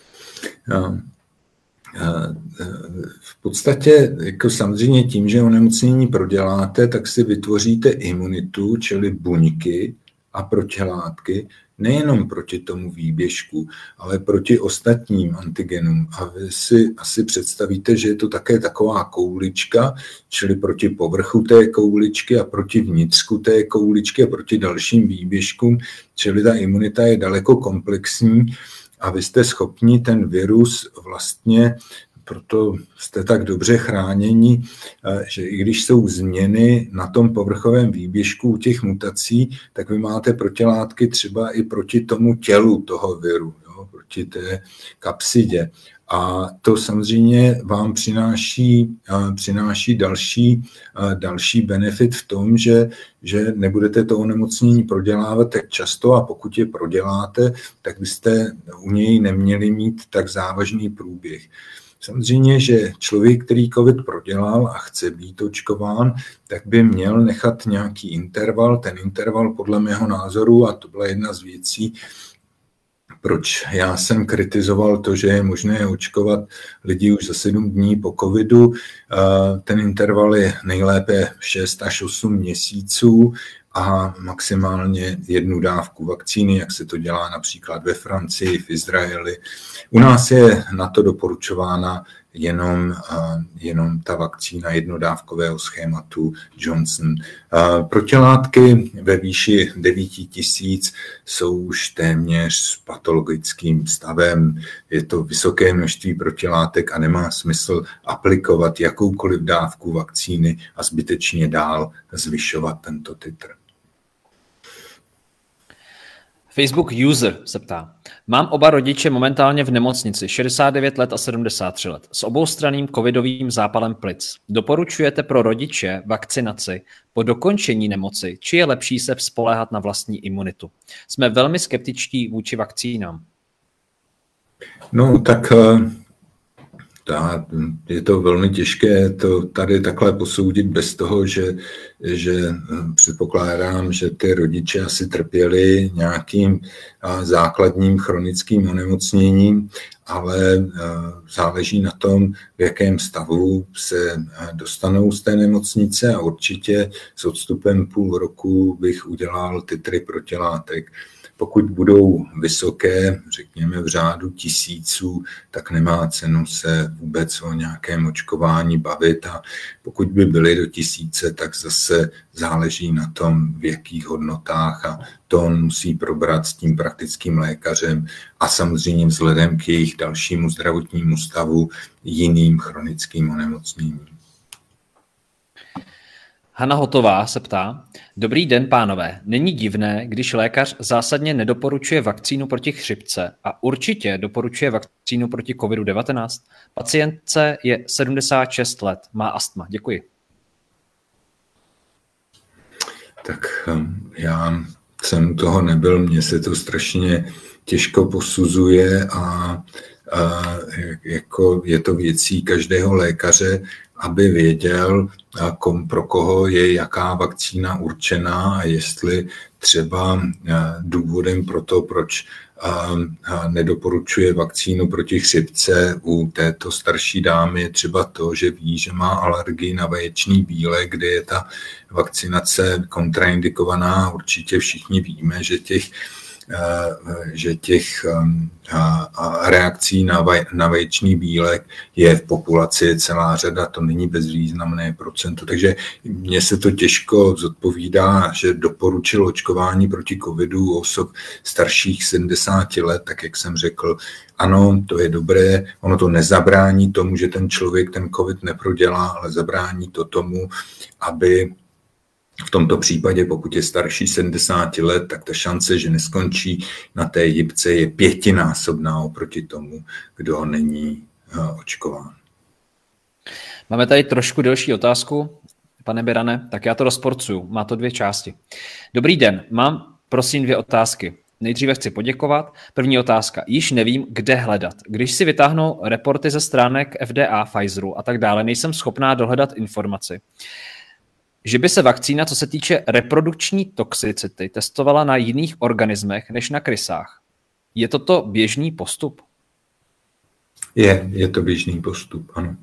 V podstatě jako samozřejmě tím, že onemocnění proděláte, tak si vytvoříte imunitu, čili buňky a protilátky, nejenom proti tomu výběžku, ale proti ostatním antigenům. A vy si asi představíte, že je to také taková koulička, čili proti povrchu té kouličky a proti vnitřku té kouličky a proti dalším výběžkům, čili ta imunita je daleko komplexní a vy jste schopni ten virus vlastně, proto jste tak dobře chráněni, že i když jsou změny na tom povrchovém výběžku u těch mutací, tak vy máte protilátky třeba i proti tomu tělu toho viru, jo, proti té kapsidě. A to samozřejmě vám přináší další benefit v tom, že nebudete to onemocnění prodělávat tak často a pokud je proděláte, tak byste u něj neměli mít tak závažný průběh. Samozřejmě, že člověk, který COVID prodělal a chce být očkován, tak by měl nechat nějaký interval. Ten interval podle mého názoru, a to byla jedna z věcí, proč já jsem kritizoval to, že je možné očkovat lidi už za 7 dní po covidu. Ten interval je nejlépe 6 až 8 měsíců a maximálně 1 dávku vakcíny, jak se to dělá například ve Francii, v Izraeli. U nás je na to doporučována jenom ta vakcína jednodávkového schématu Johnson. Protilátky ve výši 9000 jsou už téměř s patologickým stavem. Je to vysoké množství protilátek a nemá smysl aplikovat jakoukoliv dávku vakcíny a zbytečně dál zvyšovat tento titr. Facebook user se ptá. Mám oba rodiče momentálně v nemocnici, 69 let a 73 let, s oboustranným covidovým zápalem plic. Doporučujete pro rodiče vakcinaci po dokončení nemoci, či je lepší se spoléhat na vlastní imunitu? Jsme velmi skeptičtí vůči vakcínám. No tak je to velmi těžké to tady takhle posoudit bez toho, že předpokládám, že ty rodiče asi trpěli nějakým základním chronickým onemocněním, ale záleží na tom, v jakém stavu se dostanou z té nemocnice a určitě s odstupem půl roku bych udělal titry protilátek. Pokud budou vysoké, řekněme v řádu 1000, tak nemá cenu se vůbec o nějakém očkování bavit a pokud by byly do 1000, tak zase záleží na tom, v jakých hodnotách a to on musí probrat s tím praktickým lékařem a samozřejmě vzhledem k jejich dalšímu zdravotnímu stavu jiným chronickým onemocněním. Hana Hotová se ptá, dobrý den, pánové. Není divné, když lékař zásadně nedoporučuje vakcínu proti chřipce a určitě doporučuje vakcínu proti COVID-19? Pacientce je 76 let, má astma. Děkuji. Tak já jsem toho nebyl, mně se to strašně těžko posuzuje a jako je to věcí každého lékaře, aby věděl, pro koho je jaká vakcína určená a jestli třeba důvodem pro to, proč nedoporučuje vakcínu proti chřipce u této starší dámy je třeba to, že ví, že má alergii na vaječný bílek, kde je ta vakcinace kontraindikovaná. Určitě všichni víme, že těch že těch reakcí na vaječný bílek je v populaci celá řada, to není bezvýznamné procento. Takže mně se to těžko zodpovídá, že doporučil očkování proti covidu u osob starších 70 let, tak jak jsem řekl, ano, to je dobré, ono to nezabrání tomu, že ten člověk ten covid neprodělá, ale zabrání to tomu, aby v tomto případě, pokud je starší 70 let, tak ta šance, že neskončí na té jipce, je 5násobná oproti tomu, kdo není očkován. Máme tady trošku delší otázku, pane Berane, tak já to rozporcuju. Má to 2 části. Dobrý den, mám prosím 2 otázky. Nejdříve chci poděkovat. První otázka. Již nevím, kde hledat. Když si vytáhnu reporty ze stránek FDA, Pfizeru a tak dále, nejsem schopná dohledat informaci. Že by se vakcína, co se týče reprodukční toxicity, testovala na jiných organismech než na krysách. Je toto běžný postup? Je to běžný postup, ano.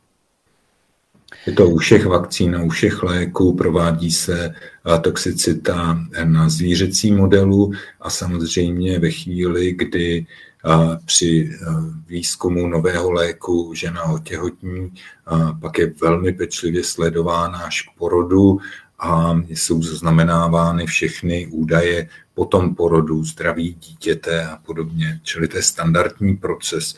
Je to u všech vakcín, u všech léků, provádí se toxicita na zvířecím modelu a samozřejmě ve chvíli, kdy při výzkumu nového léku žena otěhotní, pak je velmi pečlivě sledována až k porodu a jsou zaznamenávány všechny údaje po tom porodu, zdraví dítěte a podobně. Čili to je standardní proces.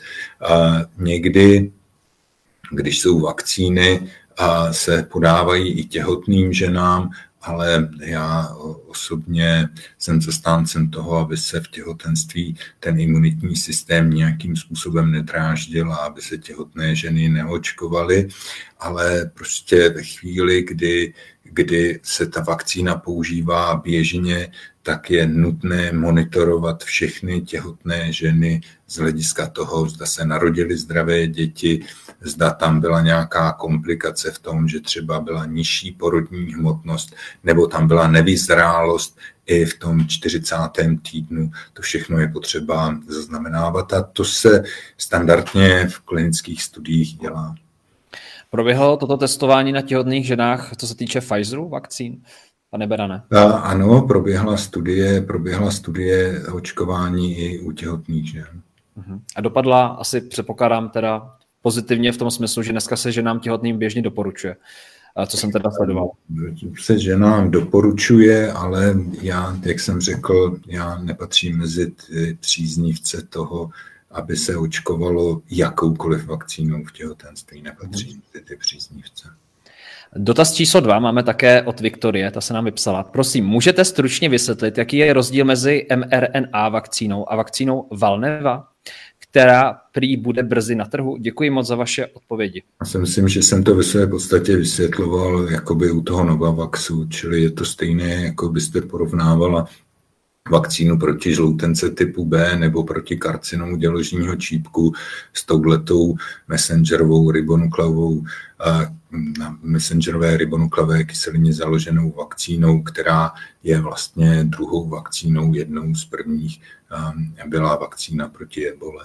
Někdy, když jsou vakcíny, se podávají i těhotným ženám, ale já osobně jsem zastáncem toho, aby se v těhotenství ten imunitní systém nějakým způsobem nedráždil a aby se těhotné ženy neočkovaly, ale prostě ve chvíli, kdy se ta vakcína používá běžně, tak je nutné monitorovat všechny těhotné ženy z hlediska toho, zda se narodily zdravé děti, zda tam byla nějaká komplikace v tom, že třeba byla nižší porodní hmotnost, nebo tam byla nevyzrálost i v tom 40. týdnu. To všechno je potřeba zaznamenávat a to se standardně v klinických studiích dělá. Proběhlo toto testování na těhotných ženách, co se týče Pfizeru vakcín? Pane Berane. Ano, proběhla studie očkování i u těhotných žen. A dopadla, asi předpokládám teda pozitivně v tom smyslu, že dneska se ženám těhotným běžně doporučuje. Co jsem teda sledoval. Se ženám doporučuje, ale já, jak jsem řekl, já nepatřím mezi příznivce toho, aby se očkovalo jakoukoliv vakcínou v těhotenství. Nepatří ty příznivce. Dotaz číslo 2 máme také od Viktorie, ta se nám vypsala. Prosím, můžete stručně vysvětlit, jaký je rozdíl mezi mRNA vakcínou a vakcínou Valneva, která prý bude brzy na trhu? Děkuji moc za vaše odpovědi. Já si myslím, že jsem to ve své podstatě vysvětloval jakoby u toho Novavaxu, čili je to stejné, jako byste porovnávala vakcínu proti žloutence typu B nebo proti karcinomu děložního čípku s touhletou messengerovou ribonukleovou na messengerové ribonuklové kyselině založenou vakcínou, která je vlastně druhou vakcínou, jednou z prvních byla vakcína proti ebole.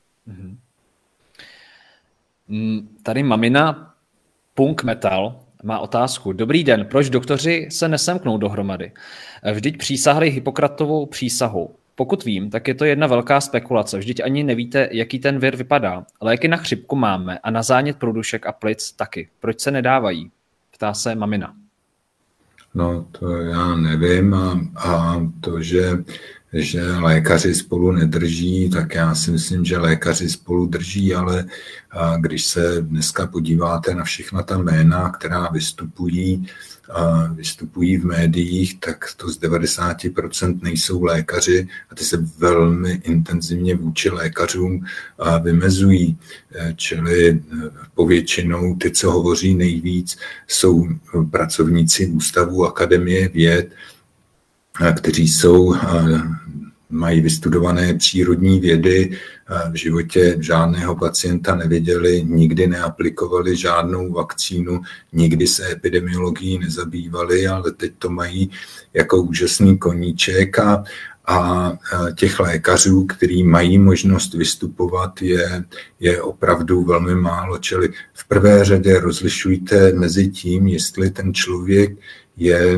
Tady mamina Punk Metal má otázku. Dobrý den, proč doktoři se nesemknou dohromady? Vždyť přísahli Hippokratovou přísahou. Pokud vím, tak je to jedna velká spekulace. Vždyť ani nevíte, jaký ten vir vypadá. Léky na chřipku máme a na zánět průdušek a plic taky. Proč se nedávají? Ptá se mamina. No, to já nevím a to, že lékaři spolu nedrží, tak já si myslím, že lékaři spolu drží, ale když se dneska podíváte na všechna ta jména, která vystupují v médiích, tak to z 90% nejsou lékaři a ty se velmi intenzivně vůči lékařům vymezují. Čili povětšinou ty, co hovoří nejvíc, jsou pracovníci ústavu Akademie věd, kteří mají vystudované přírodní vědy, v životě žádného pacienta neviděli, nikdy neaplikovali žádnou vakcínu, nikdy se epidemiologií nezabývali, ale teď to mají jako úžasný koníček a těch lékařů, kteří mají možnost vystupovat, je opravdu velmi málo. Čili v prvé řadě rozlišujte mezi tím, jestli ten člověk je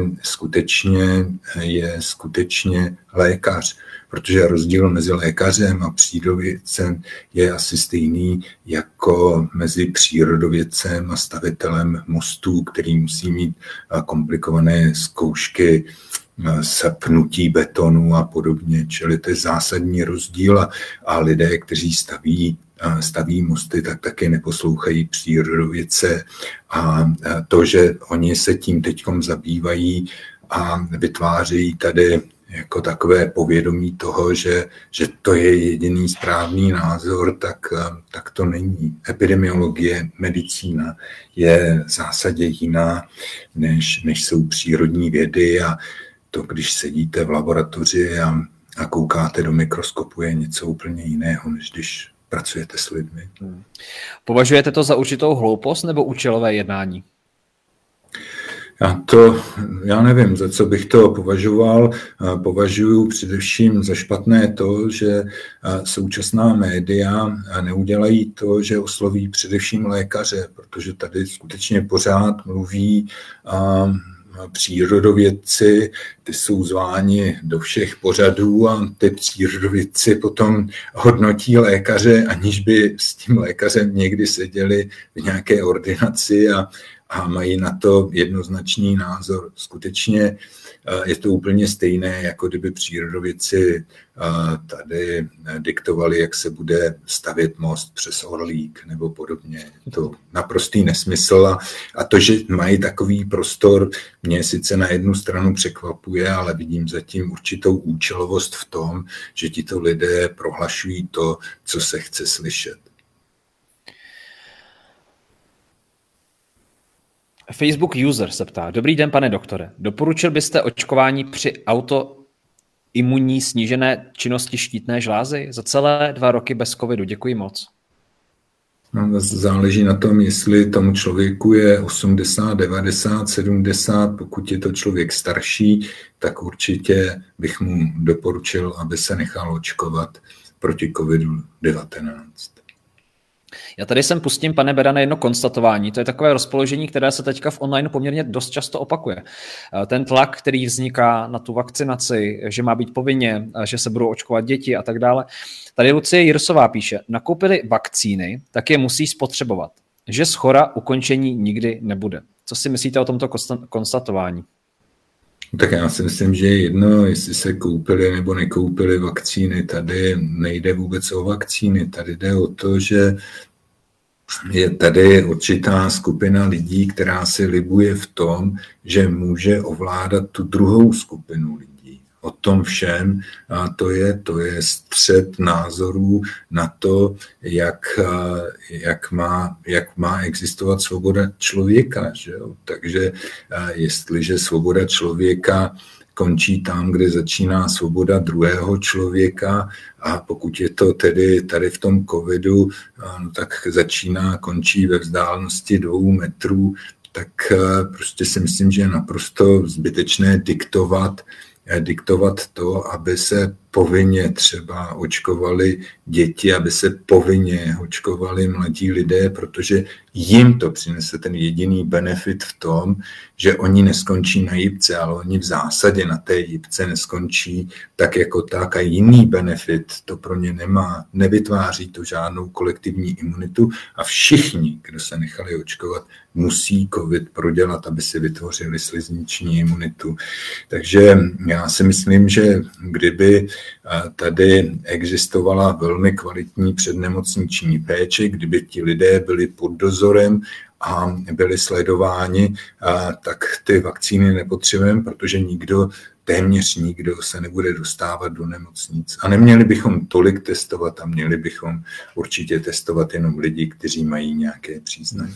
skutečně lékař, protože rozdíl mezi lékařem a přírodovědcem je asi stejný jako mezi přírodovědcem a stavitelem mostů, který musí mít komplikované zkoušky sapnutí betonu a podobně. Čili to je zásadní rozdíl a lidé, kteří staví mosty, tak taky neposlouchají přírodovědce a to, že oni se tím teďkom zabývají a vytvářejí tady jako takové povědomí toho, že to je jediný správný názor, tak to není. Epidemiologie, medicína je v zásadě jiná, než jsou přírodní vědy a to, když sedíte v laboratoři a koukáte do mikroskopu, je něco úplně jiného, než když pracujete s lidmi. Považujete to za určitou hloupost nebo účelové jednání? Já nevím, za co bych to považoval. Považuji především za špatné to, že současná média neudělají to, že osloví především lékaře, protože tady skutečně pořád mluví přírodovědci, ty jsou zváni do všech pořadů a ty přírodovědci potom hodnotí lékaře, aniž by s tím lékařem někdy seděli v nějaké ordinaci a mají na to jednoznačný názor. Skutečně je to úplně stejné, jako kdyby přírodovědci tady diktovali, jak se bude stavět most přes Orlík nebo podobně. Je to naprostý nesmysl a to, že mají takový prostor, mě sice na jednu stranu překvapuje, ale vidím zatím určitou účelovost v tom, že tito lidé prohlašují to, co se chce slyšet. Facebook user se ptá. Dobrý den, pane doktore. Doporučil byste očkování při autoimunní snížené činnosti štítné žlázy za celé 2 roky bez covidu? Děkuji moc. Záleží na tom, jestli tomu člověku je 80, 90, 70. Pokud je to člověk starší, tak určitě bych mu doporučil, aby se nechal očkovat proti covidu-19. Já tady sem pustím, pane Berane, jedno konstatování. To je takové rozpoložení, které se teďka v online poměrně dost často opakuje. Ten tlak, který vzniká na tu vakcinaci, že má být povinně, že se budou očkovat děti a tak dále. Tady Lucie Jirsová píše, nakoupili vakcíny, tak je musí spotřebovat. Že shora ukončení nikdy nebude. Co si myslíte o tomto konstatování? Tak já si myslím, že je jedno, jestli se koupili nebo nekoupili vakcíny. Tady nejde vůbec o vakcíny, tady jde o to, že je tady určitá skupina lidí, která si libuje v tom, že může ovládat tu druhou skupinu lidí. O tom všem a to je střet názorů na to, jak má existovat svoboda člověka. Že jo? Takže jestliže svoboda člověka končí tam, kde začíná svoboda druhého člověka a pokud je to tedy tady v tom covidu, tak končí ve vzdálenosti 2 metrů, tak prostě si myslím, že je naprosto zbytečné diktovat to, aby se povinně třeba očkovali děti, aby se povinně očkovali mladí lidé, protože jim to přinese ten jediný benefit v tom, že oni neskončí na jipce, ale oni v zásadě na té jipce neskončí tak jako tak a jiný benefit to pro ně nemá. Nevytváří to žádnou kolektivní imunitu a všichni, kdo se nechali očkovat, musí covid prodělat, aby si vytvořili slizniční imunitu. Takže já si myslím, že kdyby tady existovala velmi kvalitní přednemocniční péče, kdyby ti lidé byli pod dozorem a byli sledováni, tak ty vakcíny nepotřebujeme, protože téměř nikdo se nebude dostávat do nemocnic. A neměli bychom tolik testovat a měli bychom určitě testovat jenom lidi, kteří mají nějaké příznaky.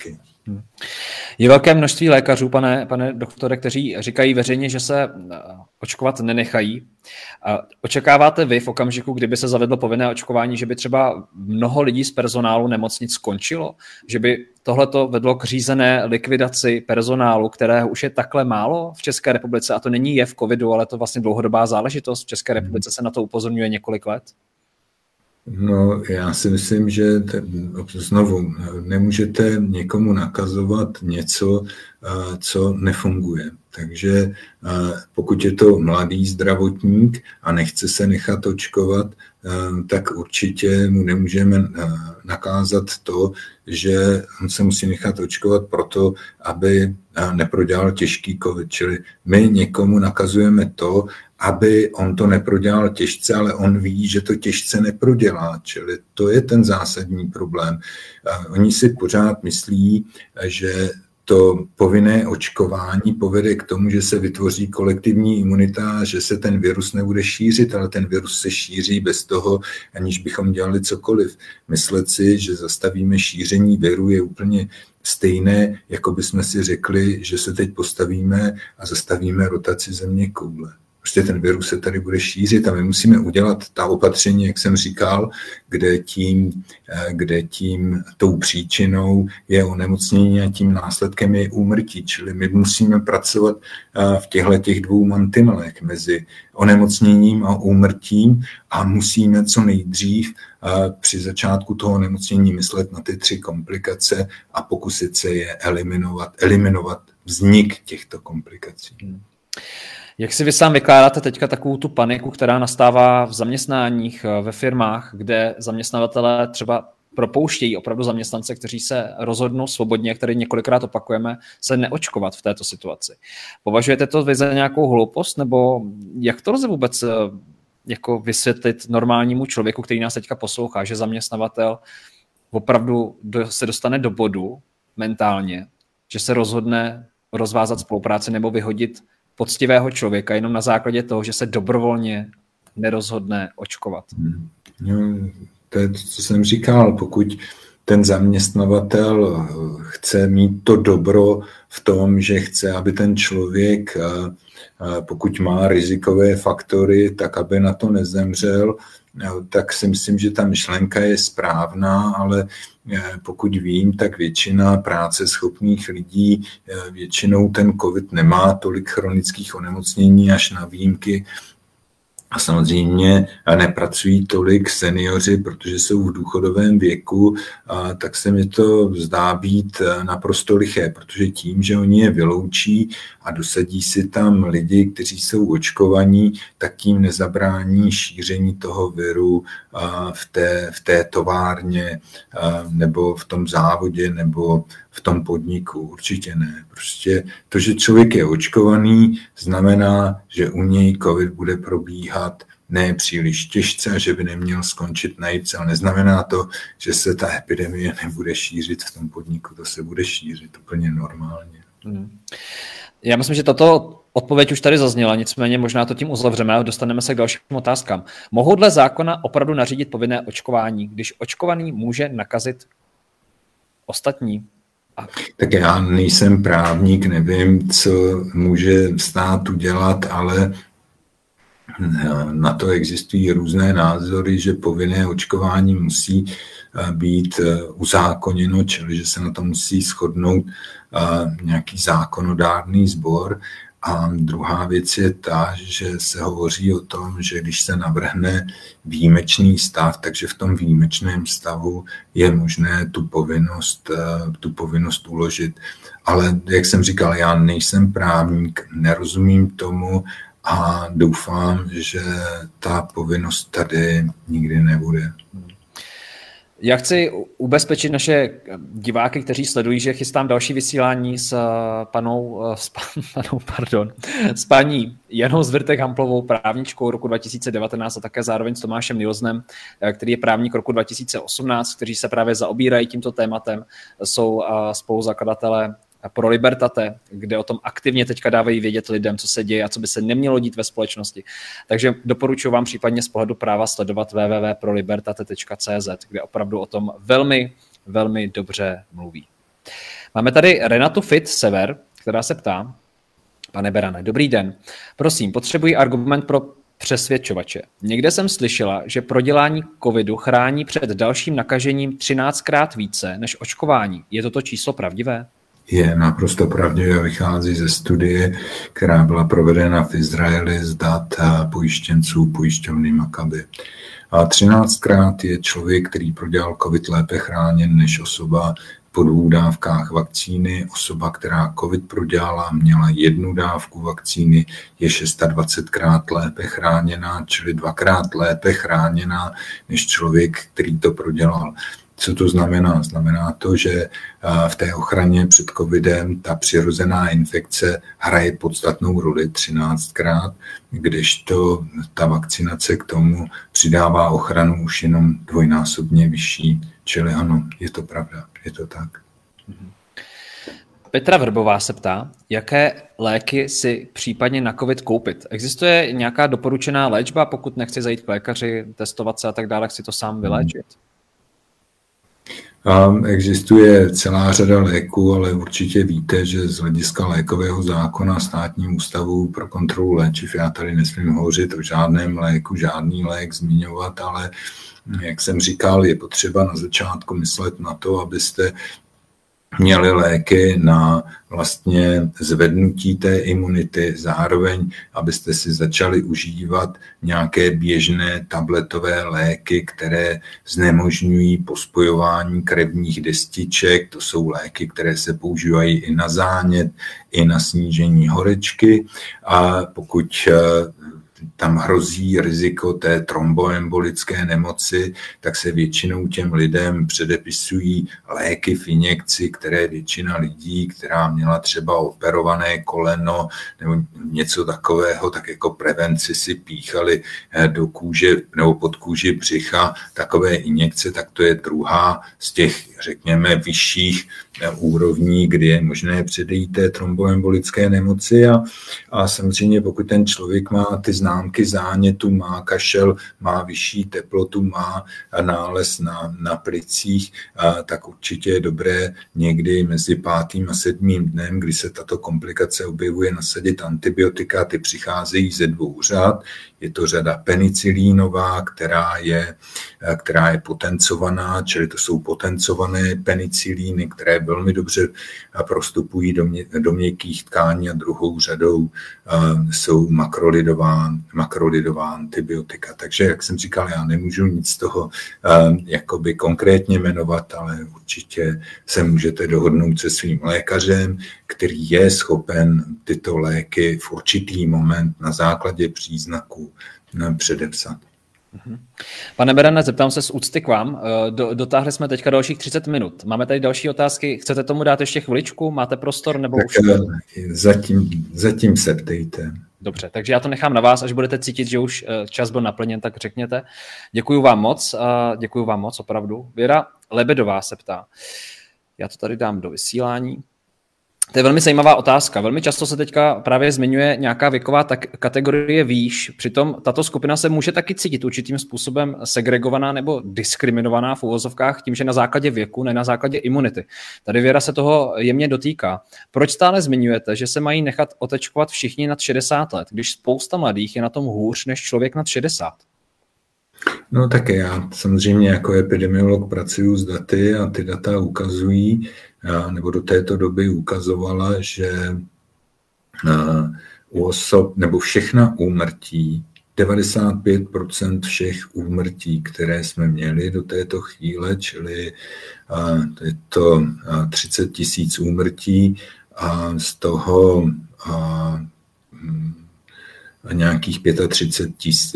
Je velké množství lékařů, pane doktore, kteří říkají veřejně, že se očkovat nenechají. Očekáváte vy v okamžiku, kdyby se zavedlo povinné očkování, že by třeba mnoho lidí z personálu nemocnic skončilo? Že by tohleto vedlo k řízené likvidaci personálu, kterého už je takhle málo v České republice? A to není jev covidu, ale to vlastně dlouhodobá záležitost. V České republice se na to upozorňuje několik let. No, já si myslím, že znovu nemůžete někomu nakazovat něco, co nefunguje. Takže pokud je to mladý zdravotník a nechce se nechat očkovat, tak určitě mu nemůžeme nakázat to, že on se musí nechat očkovat proto, aby neprodělal těžký covid. Čili my někomu nakazujeme to, aby on to neprodělal těžce, ale on ví, že to těžce neprodělá. Čili to je ten zásadní problém. Oni si pořád myslí, že to povinné očkování povede k tomu, že se vytvoří kolektivní imunita, že se ten virus nebude šířit, ale ten virus se šíří bez toho, aniž bychom dělali cokoliv. Myslet si, že zastavíme šíření viru, je úplně stejné, jako bychom si řekli, že se teď postavíme a zastavíme rotaci zeměkoule. Prostě ten virus se tady bude šířit a my musíme udělat ta opatření, jak jsem říkal, kde tím tou příčinou je onemocnění a tím následkem je úmrtí. Čili my musíme pracovat v těch dvou mantinelech mezi onemocněním a úmrtím a musíme co nejdřív při začátku toho onemocnění myslet na ty 3 komplikace a pokusit se je eliminovat vznik těchto komplikací. Jak si vy sám vykládáte teďka takovou tu paniku, která nastává v zaměstnáních, ve firmách, kde zaměstnavatelé třeba propouštějí opravdu zaměstnance, kteří se rozhodnou svobodně, který několikrát opakujeme, se neočkovat v této situaci. Považujete to vy za nějakou hloupost, nebo jak to lze vůbec jako vysvětlit normálnímu člověku, který nás teďka poslouchá, že zaměstnavatel opravdu se dostane do bodu mentálně, že se rozhodne rozvázat spolupráci nebo vyhodit poctivého člověka jenom na základě toho, že se dobrovolně nerozhodne očkovat. No, to je to, co jsem říkal. Pokud ten zaměstnavatel chce mít to dobro v tom, že chce, aby ten člověk, pokud má rizikové faktory, tak aby na to nezemřel, tak si myslím, že ta myšlenka je správná, ale pokud vím, tak většina práceschopných lidí, většinou ten covid nemá tolik chronických onemocnění až na výjimky. A samozřejmě nepracují tolik seniori, protože jsou v důchodovém věku, tak se mi to zdá být naprosto liché, protože tím, že oni je vyloučí a dosadí si tam lidi, kteří jsou očkovaní, tak tím nezabrání šíření toho viru v té továrně nebo v tom závodě nebo v tom podniku. Určitě ne. Prostě to, že člověk je očkovaný, znamená, že u něj covid bude probíhat ne příliš těžce a že by neměl skončit nejvíc, ale neznamená to, že se ta epidemie nebude šířit v tom podniku. To se bude šířit úplně normálně. Já myslím, že tato odpověď už tady zazněla, nicméně možná to tím uzavřeme a dostaneme se k dalším otázkám. Mohou dle zákona opravdu nařídit povinné očkování, když očkovaný může nakazit ostatní? Tak já nejsem právník, nevím, co může stát udělat, ale na to existují různé názory, že povinné očkování musí být uzákoněno, čili že se na to musí shodnout nějaký zákonodárný sbor. A druhá věc je ta, že se hovoří o tom, že když se navrhne výjimečný stav, takže v tom výjimečném stavu je možné tu povinnost uložit. Ale jak jsem říkal, já nejsem právník, nerozumím tomu a doufám, že ta povinnost tady nikdy nebude. Já chci ubezpečit naše diváky, kteří sledují, že chystám další vysílání s paní Janou Zvrtek-Hamplovou, právničkou roku 2019 a také zároveň s Tomášem Nilsnem, který je právník roku 2018, kteří se právě zaobírají tímto tématem, jsou spoluzakladatelé Pro Libertate, kde o tom aktivně teďka dávají vědět lidem, co se děje a co by se nemělo dít ve společnosti. Takže doporučuji vám případně z pohledu práva sledovat www.prolibertate.cz, kde opravdu o tom velmi, velmi dobře mluví. Máme tady Renatu Fit Sever, která se ptá, pane Berane, dobrý den. Prosím, potřebuji argument pro přesvědčovače. Někde jsem slyšela, že prodělání covidu chrání před dalším nakažením 13krát více než očkování. Je toto číslo pravdivé? Je naprosto pravdivé, vychází ze studie, která byla provedena v Izraeli z dat pojištěnců pojišťovny Maccabi. A 13krát je člověk, který prodělal covid, lépe chráněn než osoba po 2 dávkách vakcíny. Osoba, která covid prodělala, měla 1 dávku vakcíny, je 26krát lépe chráněná, čili 2krát lépe chráněná než člověk, který to prodělal. Co to znamená? Znamená to, že v té ochraně před covidem ta přirozená infekce hraje podstatnou roli 13krát, kdežto ta vakcinace k tomu přidává ochranu už jenom 2násobně vyšší. Čili ano, je to pravda, je to tak. Petra Vrbová se ptá, jaké léky si případně na covid koupit. Existuje nějaká doporučená léčba, pokud nechci zajít k lékaři, testovat se a tak dále, chci to sám vyléčit? Existuje celá řada léků, ale určitě víte, že z hlediska lékového zákona Státního ústavu pro kontrolu léčiv, já tady nesmím hovořit o žádném léku, žádný lék zmiňovat, ale jak jsem říkal, je potřeba na začátku myslet na to, abyste měli léky na vlastně zvednutí té imunity, zároveň abyste si začali užívat nějaké běžné tabletové léky, které znemožňují pospojování krevních destiček. To jsou léky, které se používají i na zánět, i na snížení horečky. A pokud tam hrozí riziko té tromboembolické nemoci, tak se většinou těm lidem předepisují léky v injekci, které většina lidí, která měla třeba operované koleno nebo něco takového, tak jako prevenci si píchali do kůže nebo pod kůži břicha takové injekce, tak to je druhá z těch, řekněme, vyšších úrovní, kdy je možné předejít té tromboembolické nemoci a samozřejmě pokud ten člověk má ty známky zánětu, má kašel, má vyšší teplotu, má nález na plicích, tak určitě je dobré někdy mezi 5. a 7. dnem, kdy se tato komplikace objevuje, nasadit antibiotika. Ty přicházejí ze 2 řad. Je to řada penicilínová, která je potencovaná, čili to jsou potencované penicilíny, které velmi dobře prostupují do měkkých tkání a druhou řadou jsou makrolidová antibiotika. Takže, jak jsem říkal, já nemůžu nic z toho jakoby konkrétně jmenovat, ale určitě se můžete dohodnout se svým lékařem, který je schopen tyto léky v určitý moment na základě příznaků předepsat. Pane Berane, zeptám se z úcty k vám. Dotáhli jsme teďka dalších 30 minut. Máme tady další otázky. Chcete tomu dát ještě chviličku? Máte prostor? Nebo tak už... zatím se ptejte. Dobře, takže já to nechám na vás, až budete cítit, že už čas byl naplněn, tak řekněte. Děkuju vám moc, opravdu. Věra Lebedová se ptá. Já to tady dám do vysílání. To je velmi zajímavá otázka. Velmi často se teďka právě zmiňuje nějaká věková kategorie výš. Přitom tato skupina se může taky cítit určitým způsobem segregovaná nebo diskriminovaná v uvozovkách tím, že na základě věku, ne na základě imunity. Tady Věra se toho jemně dotýká. Proč stále zmiňujete, že se mají nechat otečkovat všichni nad 60 let, když spousta mladých je na tom hůř než člověk nad 60? No také já samozřejmě jako epidemiolog pracuji s daty a ty data ukazují, nebo do této doby ukazovala, že u osob, nebo všechna úmrtí, 95% všech úmrtí, které jsme měli do této chvíle, čili je to 30 000 úmrtí a z toho nějakých 25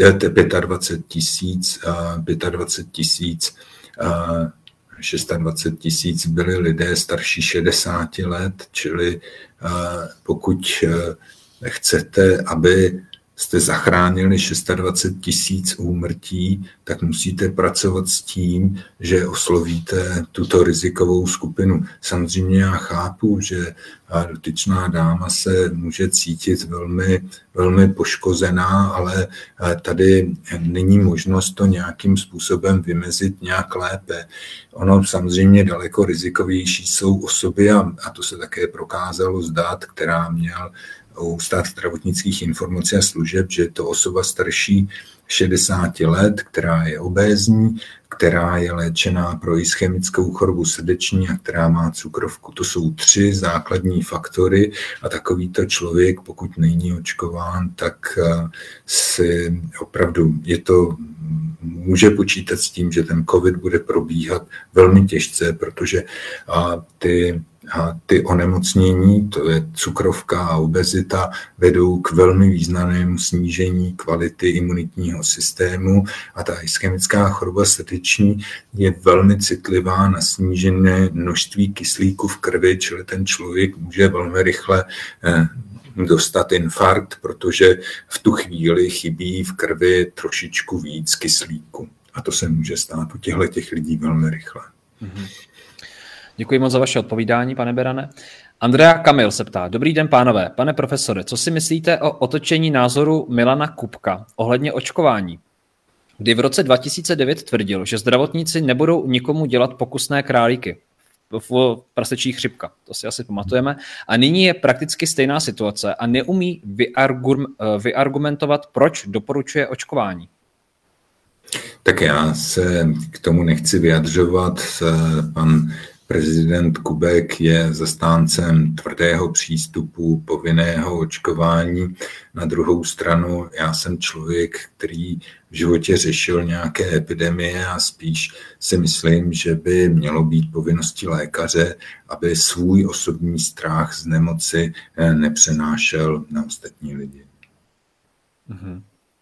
000 byli lidé starší 60 let, čili pokud chcete, aby jste zachránili 26 000 úmrtí, tak musíte pracovat s tím, že oslovíte tuto rizikovou skupinu. Samozřejmě já chápu, že a dotyčná dáma se může cítit velmi, velmi poškozená, ale tady není možnost to nějakým způsobem vymezit nějak lépe. Ono samozřejmě daleko rizikovější jsou osoby, a to se také prokázalo z dat, která měl Ústav zdravotnických informací a služeb, že je to osoba starší 60 let, která je obézní, která je léčená pro ischemickou chorobu srdeční a která má cukrovku. To jsou 3 základní faktory a takovýto člověk, pokud není očkován, tak si opravdu může počítat s tím, že ten COVID bude probíhat velmi těžce, protože ty onemocnění, to je cukrovka a obezita, vedou k velmi významnému snížení kvality imunitního systému a ta ischemická choroba srdeční je velmi citlivá na snížené množství kyslíku v krvi, čili ten člověk může velmi rychle dostat infarkt, protože v tu chvíli chybí v krvi trošičku víc kyslíku. A to se může stát u těchto lidí velmi rychle. Mm-hmm. Děkuji moc za vaše odpovídání, pane Berane. Andrea Kamil se ptá. Dobrý den, pánové. Pane profesore, co si myslíte o otočení názoru Milana Kupka ohledně očkování, kdy v roce 2009 tvrdil, že zdravotníci nebudou nikomu dělat pokusné králíky v prasečí chřipka. To si asi pamatujeme. A nyní je prakticky stejná situace a neumí vyargumentovat, proč doporučuje očkování. Tak já se k tomu nechci vyjadřovat. Pan prezident Kubek je zastáncem tvrdého přístupu, povinného očkování. Na druhou stranu já jsem člověk, který v životě řešil nějaké epidemie a spíš si myslím, že by mělo být povinností lékaře, aby svůj osobní strach z nemoci nepřenášel na ostatní lidi. Mm-hmm.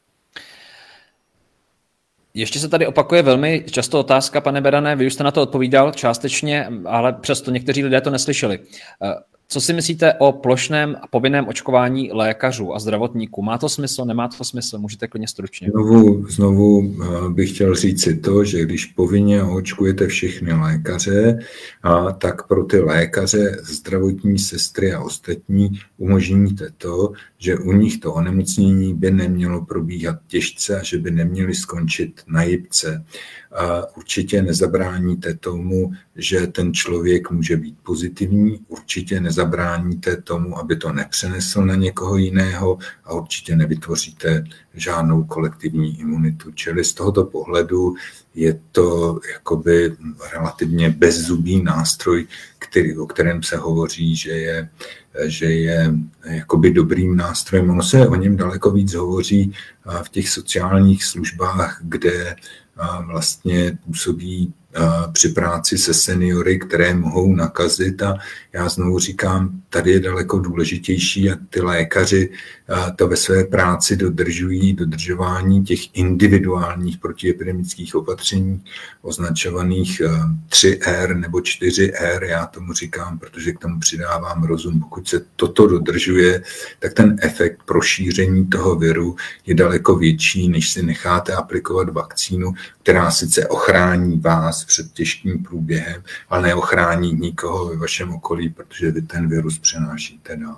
Ještě se tady opakuje velmi často otázka, pane Berane, vy už jste na to odpovídal částečně, ale přesto někteří lidé to neslyšeli. Co si myslíte o plošném a povinném očkování lékařů a zdravotníků? Má to smysl, nemá to smysl? Můžete klidně stručně. Znovu bych chtěl říct si to, že když povinně očkujete všechny lékaře, tak pro ty lékaře, zdravotní sestry a ostatní umožníte to, že u nich to onemocnění by nemělo probíhat těžce a že by neměli skončit na jipce. Určitě nezabráníte tomu, že ten člověk může být pozitivní, určitě nezabráníte tomu, aby to nepřenesl na někoho jiného a určitě nevytvoříte žádnou kolektivní imunitu. Čili z tohoto pohledu je to jakoby relativně bezzubý nástroj, o kterém se hovoří, že je jakoby dobrým nástrojem. Ono se o něm daleko víc hovoří v těch sociálních službách, kde vlastně působí při práci se seniory, které mohou nakazit a já znovu říkám, tady je daleko důležitější a ty lékaři to ve své práci dodržování těch individuálních protiepidemických opatření označovaných 3R nebo 4R, já tomu říkám, protože k tomu přidávám rozum. Pokud se toto dodržuje, tak ten efekt prošíření toho viru je daleko větší, než si necháte aplikovat vakcínu, která sice ochrání vás před těžkým průběhem, ale neochrání nikoho ve vašem okolí, protože vy ten virus přenášíte dál.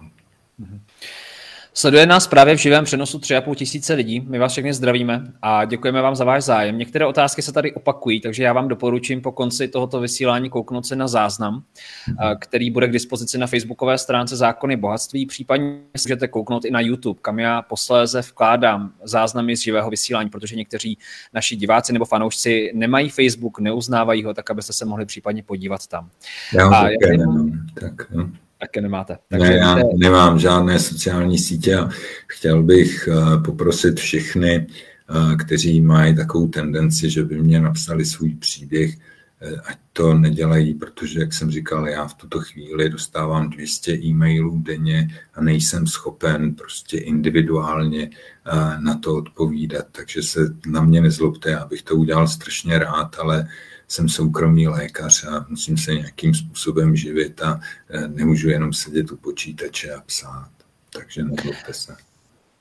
Sleduje nás právě v živém přenosu 3,5 tisíce lidí. My vás všechny zdravíme a děkujeme vám za váš zájem. Některé otázky se tady opakují, takže já vám doporučím po konci tohoto vysílání kouknout se na záznam, který bude k dispozici na facebookové stránce Zákony bohatství. Případně můžete kouknout i na YouTube, kam já posléze vkládám záznamy z živého vysílání, protože někteří naši diváci nebo fanoušci nemají Facebook, neuznávají ho, tak abyste se mohli případně podívat tam. Já také nemám. Také nemáte. Takže já nemám žádné sociální sítě a chtěl bych poprosit všechny, kteří mají takovou tendenci, že by mě napsali svůj příběh, ať to nedělají, protože, jak jsem říkal, já v tuto chvíli dostávám 200 e-mailů denně a nejsem schopen prostě individuálně na to odpovídat, takže se na mě nezlobte, já bych to udělal strašně rád, ale jsem soukromý lékař a musím se nějakým způsobem živit a nemůžu jenom sedět u počítače a psát. Takže nezlobte se.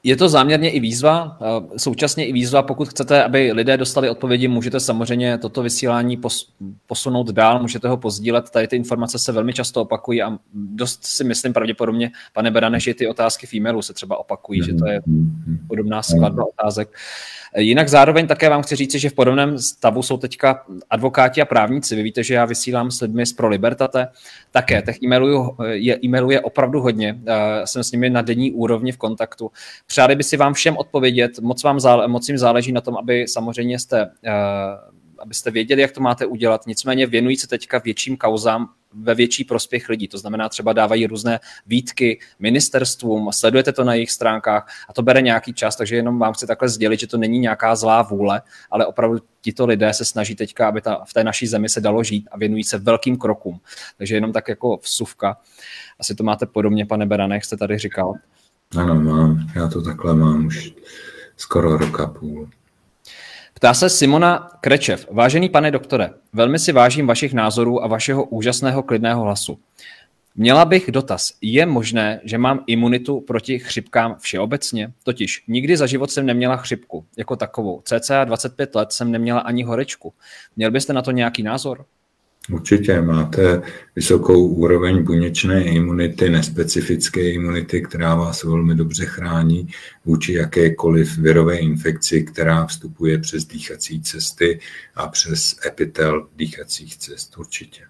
Je to záměrně i výzva, současně i výzva, pokud chcete, aby lidé dostali odpovědi, můžete samozřejmě toto vysílání posunout dál, můžete ho pozdílet, tady ty informace se velmi často opakují a dost si myslím pravděpodobně, pane Berane, že ty otázky v e-mailu se třeba opakují, že to je podobná skladba otázek. Jinak zároveň také vám chci říct, že v podobném stavu jsou teďka advokáti a právníci. Vy víte, že já vysílám s lidmi z Pro Libertate. Také těch e-mailů je opravdu hodně. Jsem s nimi na denní úrovni v kontaktu. Přáli by si vám všem odpovědět. Moc jim záleží na tom, aby samozřejmě abyste věděli, jak to máte udělat. Nicméně věnují se teďka větším kauzám ve větší prospěch lidí. To znamená, třeba dávají různé výtky ministerstvům, sledujete to na jejich stránkách a to bere nějaký čas, takže jenom vám chci takhle sdělit, že to není nějaká zlá vůle, ale opravdu tito lidé se snaží teďka, aby v té naší zemi se dalo žít a věnují se velkým krokům. Takže jenom tak jako vsuvka. Asi to máte podobně, pane Berane, jak jste tady říkal. Ano, mám. Já to takhle mám už skoro rok a půl. Ptá se Simona Krečev. Vážený pane doktore, velmi si vážím vašich názorů a vašeho úžasného klidného hlasu. Měla bych dotaz. Je možné, že mám imunitu proti chřipkám všeobecně? Totiž nikdy za život jsem neměla chřipku jako takovou. Cca 25 let jsem neměla ani horečku. Měl byste na to nějaký názor? Určitě máte vysokou úroveň buněčné imunity, nespecifické imunity, která vás velmi dobře chrání vůči jakékoliv virové infekci, která vstupuje přes dýchací cesty a přes epitel dýchacích cest. Určitě.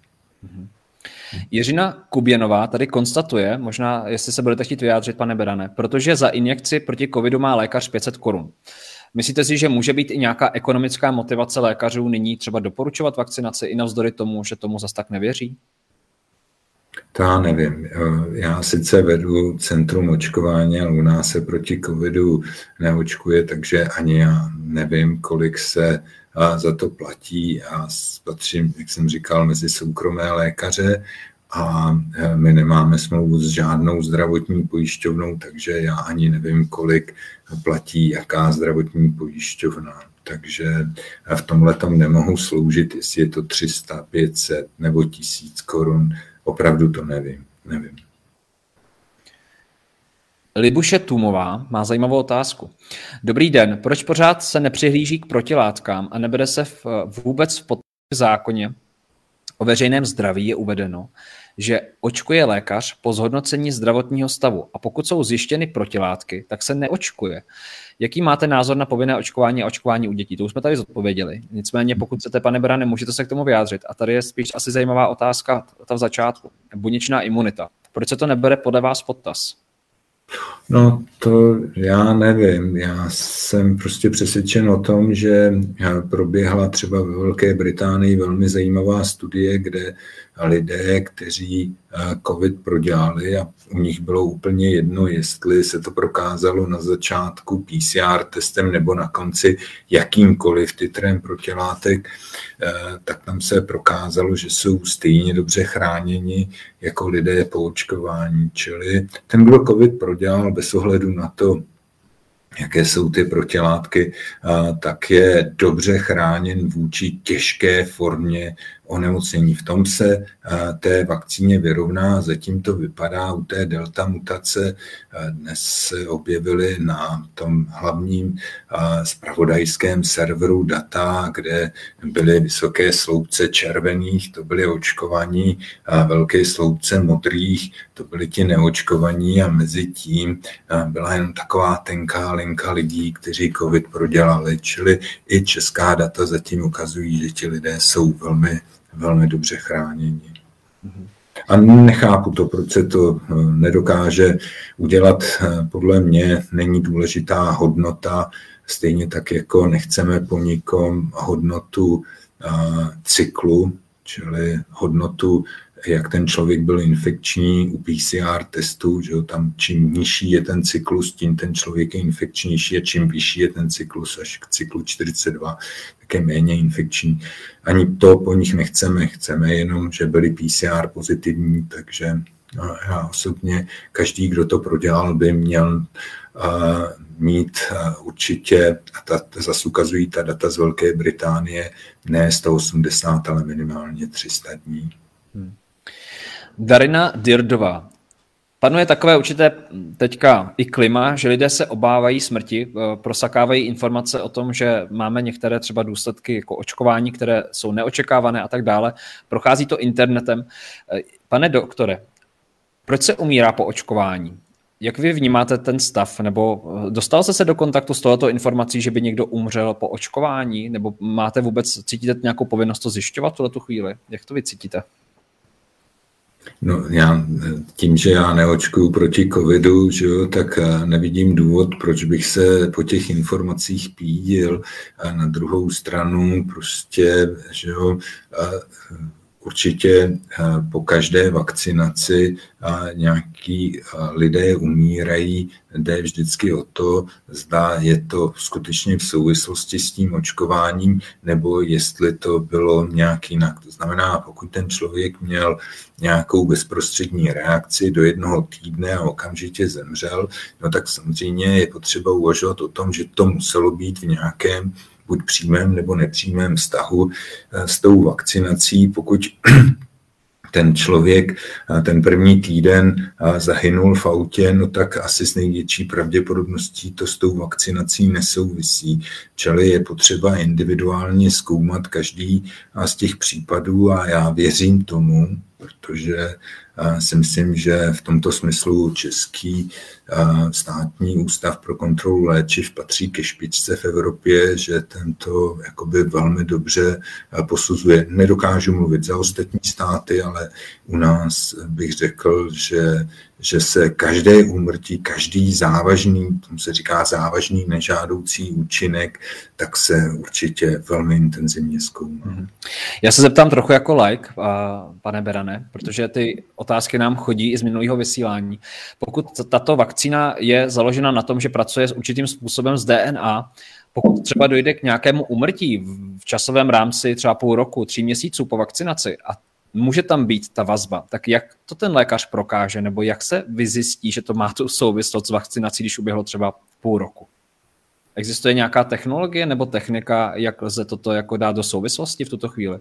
Jiřina Kuběnová tady konstatuje, možná jestli se budete chtít vyjádřit, pane Berane, protože za injekci proti covidu má lékař 500 korun. Myslíte si, že může být i nějaká ekonomická motivace lékařů nyní třeba doporučovat vakcinaci i navzdory tomu, že tomu zas tak nevěří? To já nevím. Já sice vedu centrum očkování, ale u nás se proti covidu neočkuje, takže ani já nevím, kolik se za to platí a patřím, jak jsem říkal, mezi soukromé lékaře a my nemáme smlouvu s žádnou zdravotní pojišťovnou, takže já ani nevím, kolik platí jaká zdravotní pojišťovna. Takže v tomhle tom nemohu sloužit, jestli je to 300, 500 nebo 1000 korun. Opravdu to nevím. Libuše Tumová má zajímavou otázku. Dobrý den, proč pořád se nepřihlíží k protilátkám a nebere se vůbec v zákoně o veřejném zdraví je uvedeno, že očkuje lékař po zhodnocení zdravotního stavu a pokud jsou zjištěny protilátky, tak se neočkuje. Jaký máte názor na povinné očkování a očkování u dětí? To už jsme tady zodpověděli. Nicméně, pokud chcete, pane Berane, můžete se k tomu vyjádřit. A tady je spíš asi zajímavá otázka ta v začátku. Buněčná imunita. Proč se to nebere podle vás v potaz? No to já nevím. Já jsem prostě přesvědčen o tom, že proběhla třeba ve Velké Británii velmi zajímavá studie, kde lidé, kteří covid prodělali a u nich bylo úplně jedno, jestli se to prokázalo na začátku PCR testem nebo na konci jakýmkoliv titrem protilátek, tak tam se prokázalo, že jsou stejně dobře chráněni jako lidé po očkování. Čili ten, kdo covid prodělal bez ohledu na to, jaké jsou ty protilátky, tak je dobře chráněn vůči těžké formě onemocnění. V tom se té vakcíně vyrovná, zatím to vypadá u té delta mutace. Dnes se objevily na tom hlavním zpravodajském serveru data, kde byly vysoké sloupce červených, to byly očkovaní, velké sloupce modrých, to byly ti neočkovaní a mezi tím byla jen taková tenká linka lidí, kteří covid prodělali. Čili i česká data zatím ukazují, že ti lidé jsou velmi dobře chráněni. A nechápu to, proč se to nedokáže udělat. Podle mě není důležitá hodnota, stejně tak jako nechceme po nikom hodnotu cyklu, čili hodnotu, jak ten člověk byl infekční u PCR testu, že tam čím nižší je ten cyklus, tím ten člověk je infekčnější a čím vyšší je ten cyklus až k cyklu 42, tak je méně infekční. Ani to po nich nechceme, chceme jenom, že byli PCR pozitivní, takže já osobně, každý, kdo to prodělal, by měl mít určitě, a zase ukazují ta data z Velké Británie, ne 180, ale minimálně 300 dní. Darina Dirdová. Panuje takové určité teďka i klima, že lidé se obávají smrti, prosakávají informace o tom, že máme některé třeba důsledky jako očkování, které jsou neočekávané a tak dále. Prochází to internetem. Pane doktore, proč se umírá po očkování? Jak vy vnímáte ten stav? Nebo dostal jste se do kontaktu s touto informací, že by někdo umřel po očkování? Nebo máte vůbec, cítíte nějakou povinnost to zjišťovat v tuto chvíli? Jak to vy cítíte? No, tím, že já neočkuju proti covidu, že jo, tak nevidím důvod, proč bych se po těch informacích pídil. A na druhou stranu prostě, že jo, určitě po každé vakcinaci nějaký lidé umírají, jde vždycky o to, zda je to skutečně v souvislosti s tím očkováním, nebo jestli to bylo nějak jinak. To znamená, pokud ten člověk měl nějakou bezprostřední reakci do 1 týdne a okamžitě zemřel, no tak samozřejmě je potřeba uvažovat o tom, že to muselo být v nějakém buď přímém nebo nepřímém vztahu s tou vakcinací. Pokud ten člověk ten první týden zahynul v autě, no tak asi s největší pravděpodobností to s tou vakcinací nesouvisí. Čili je potřeba individuálně zkoumat každý z těch případů a já věřím tomu, protože si myslím, že v tomto smyslu Český státní ústav pro kontrolu léčiv patří ke špičce v Evropě, že tento jakoby velmi dobře posuzuje. Nedokážu mluvit za ostatní státy, ale u nás bych řekl, že se každé úmrtí, každý závažný, tomu se říká závažný nežádoucí účinek, tak se určitě velmi intenzivně zkoumá. Já se zeptám trochu jako laik, pane Berane, protože ty otázky nám chodí i z minulého vysílání. Pokud tato vakcína je založena na tom, že pracuje s určitým způsobem s DNA, pokud třeba dojde k nějakému úmrtí v časovém rámci třeba půl roku, 3 měsíců po vakcinaci a může tam být ta vazba, tak jak to ten lékař prokáže, nebo jak se vyzjistí, že to má tu souvislost s vakcinací, když uběhlo třeba půl roku? Existuje nějaká technologie nebo technika, jak lze toto jako dát do souvislosti v tuto chvíli?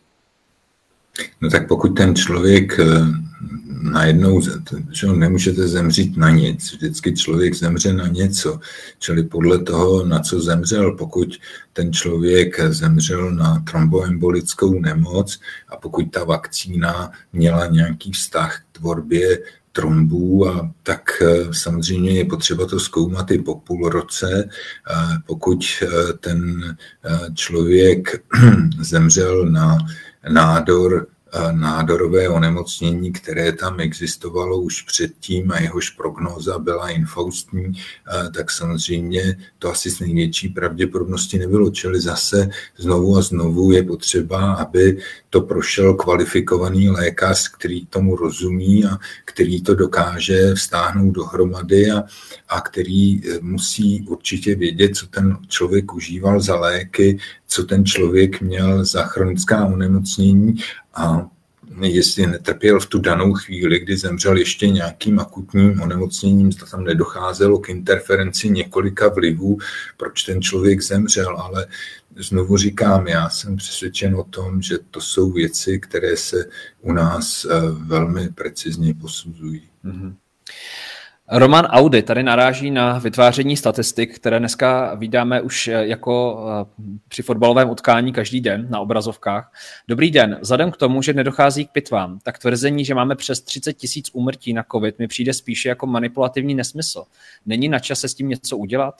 No tak pokud ten člověk najednou, že nemůžete zemřít na nic, vždycky člověk zemře na něco, čili podle toho, na co zemřel, pokud ten člověk zemřel na tromboembolickou nemoc a pokud ta vakcína měla nějaký vztah k tvorbě trombů, a tak samozřejmě je potřeba to zkoumat i po půl roce. Pokud ten člověk zemřel na nádorové onemocnění, které tam existovalo už předtím a jehož prognóza byla infaustní, tak samozřejmě to asi s největší pravděpodobností nebylo. Čili zase znovu a znovu je potřeba, aby to prošel kvalifikovaný lékař, který tomu rozumí a který to dokáže vztáhnout dohromady a který musí určitě vědět, co ten člověk užíval za léky, co ten člověk měl za chronická onemocnění a jestli netrpěl v tu danou chvíli, kdy zemřel ještě nějakým akutním onemocněním, zda tam nedocházelo k interferenci několika vlivů, proč ten člověk zemřel, ale znovu říkám, já jsem přesvědčen o tom, že to jsou věci, které se u nás velmi precizně posuzují. Mm-hmm. Roman Audi tady naráží na vytváření statistik, které dneska vídáme už jako při fotbalovém utkání každý den na obrazovkách. Dobrý den, vzhledem k tomu, že nedochází k pitvám, tak tvrzení, že máme přes 30 000 úmrtí na COVID, mi přijde spíše jako manipulativní nesmysl. Není na čase s tím něco udělat?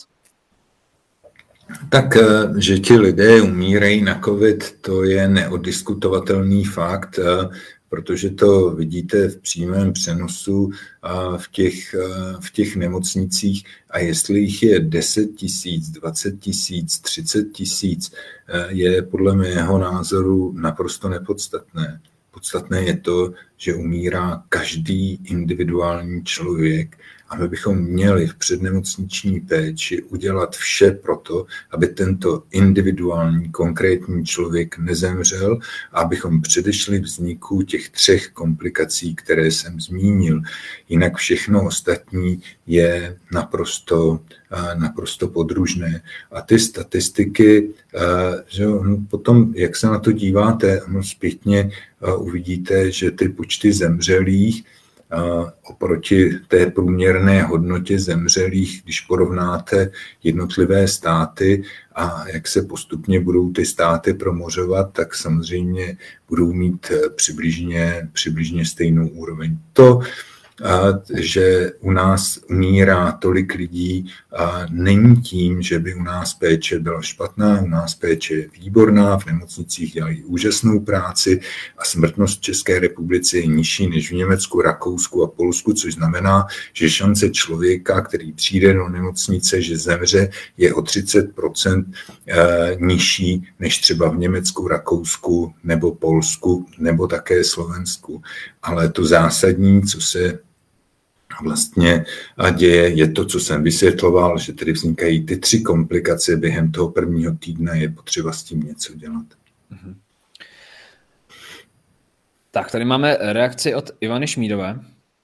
Tak, že ti lidé umírají na COVID, to je neoddiskutovatelný fakt, protože to vidíte v přímém přenosu v těch nemocnicích a jestli jich je 10 000, 20 000, 30 000, je podle mého názoru naprosto nepodstatné. Podstatné je to, že umírá každý individuální člověk a my bychom měli v přednemocniční péči udělat vše proto, aby tento individuální konkrétní člověk nezemřel a abychom předešli vzniku těch 3 komplikací, které jsem zmínil. Jinak všechno ostatní je naprosto podružné. A ty statistiky, že potom, jak se na to díváte, zpětně uvidíte, že ty počty zemřelých oproti té průměrné hodnotě zemřelých, když porovnáte jednotlivé státy a jak se postupně budou ty státy promořovat, tak samozřejmě budou mít přibližně stejnou úroveň. To, že u nás umírá tolik lidí, není tím, že by u nás péče byla špatná, u nás péče je výborná, v nemocnicích dělají úžasnou práci a smrtnost v České republice je nižší než v Německu, Rakousku a Polsku, což znamená, že šance člověka, který přijde do nemocnice, že zemře, je o 30% nižší než třeba v Německu, Rakousku nebo Polsku nebo také Slovensku. Ale to zásadní, co se vlastně děje, je to, co jsem vysvětloval, že tedy vznikají ty 3 komplikace během toho prvního týdne, je potřeba s tím něco dělat. Tak, tady máme reakci od Ivany Šmídové.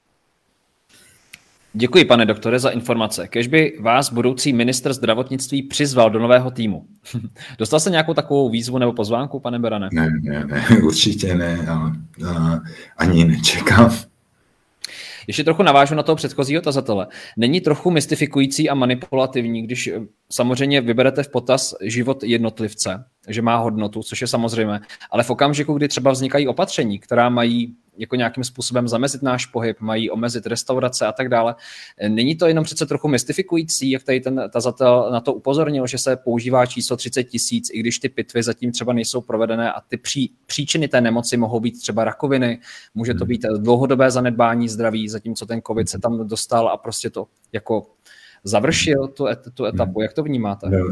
Děkuji, pane doktore, za informace. Kéž by vás budoucí ministr zdravotnictví přizval do nového týmu. Dostal jste nějakou takovou výzvu nebo pozvánku, pane Berane? Ne, určitě ne, ale ani nečekám. Ještě trochu navážu na toho předchozího tazatele. Není trochu mystifikující a manipulativní, když samozřejmě vyberete v potaz život jednotlivce, že má hodnotu, což je samozřejmé, ale v okamžiku, kdy třeba vznikají opatření, která mají jako nějakým způsobem zamezit náš pohyb, mají omezit restaurace a tak dále. Není to jenom přece trochu mystifikující, jak tady ten tazatel na to upozornil, že se používá číslo 30 000, i když ty pitvy zatím třeba nejsou provedené a ty příčiny té nemoci mohou být třeba rakoviny, může to být dlouhodobé zanedbání zdraví, zatímco ten covid se tam dostal a prostě to jako završil tu etapu. Jak to vnímáte? No,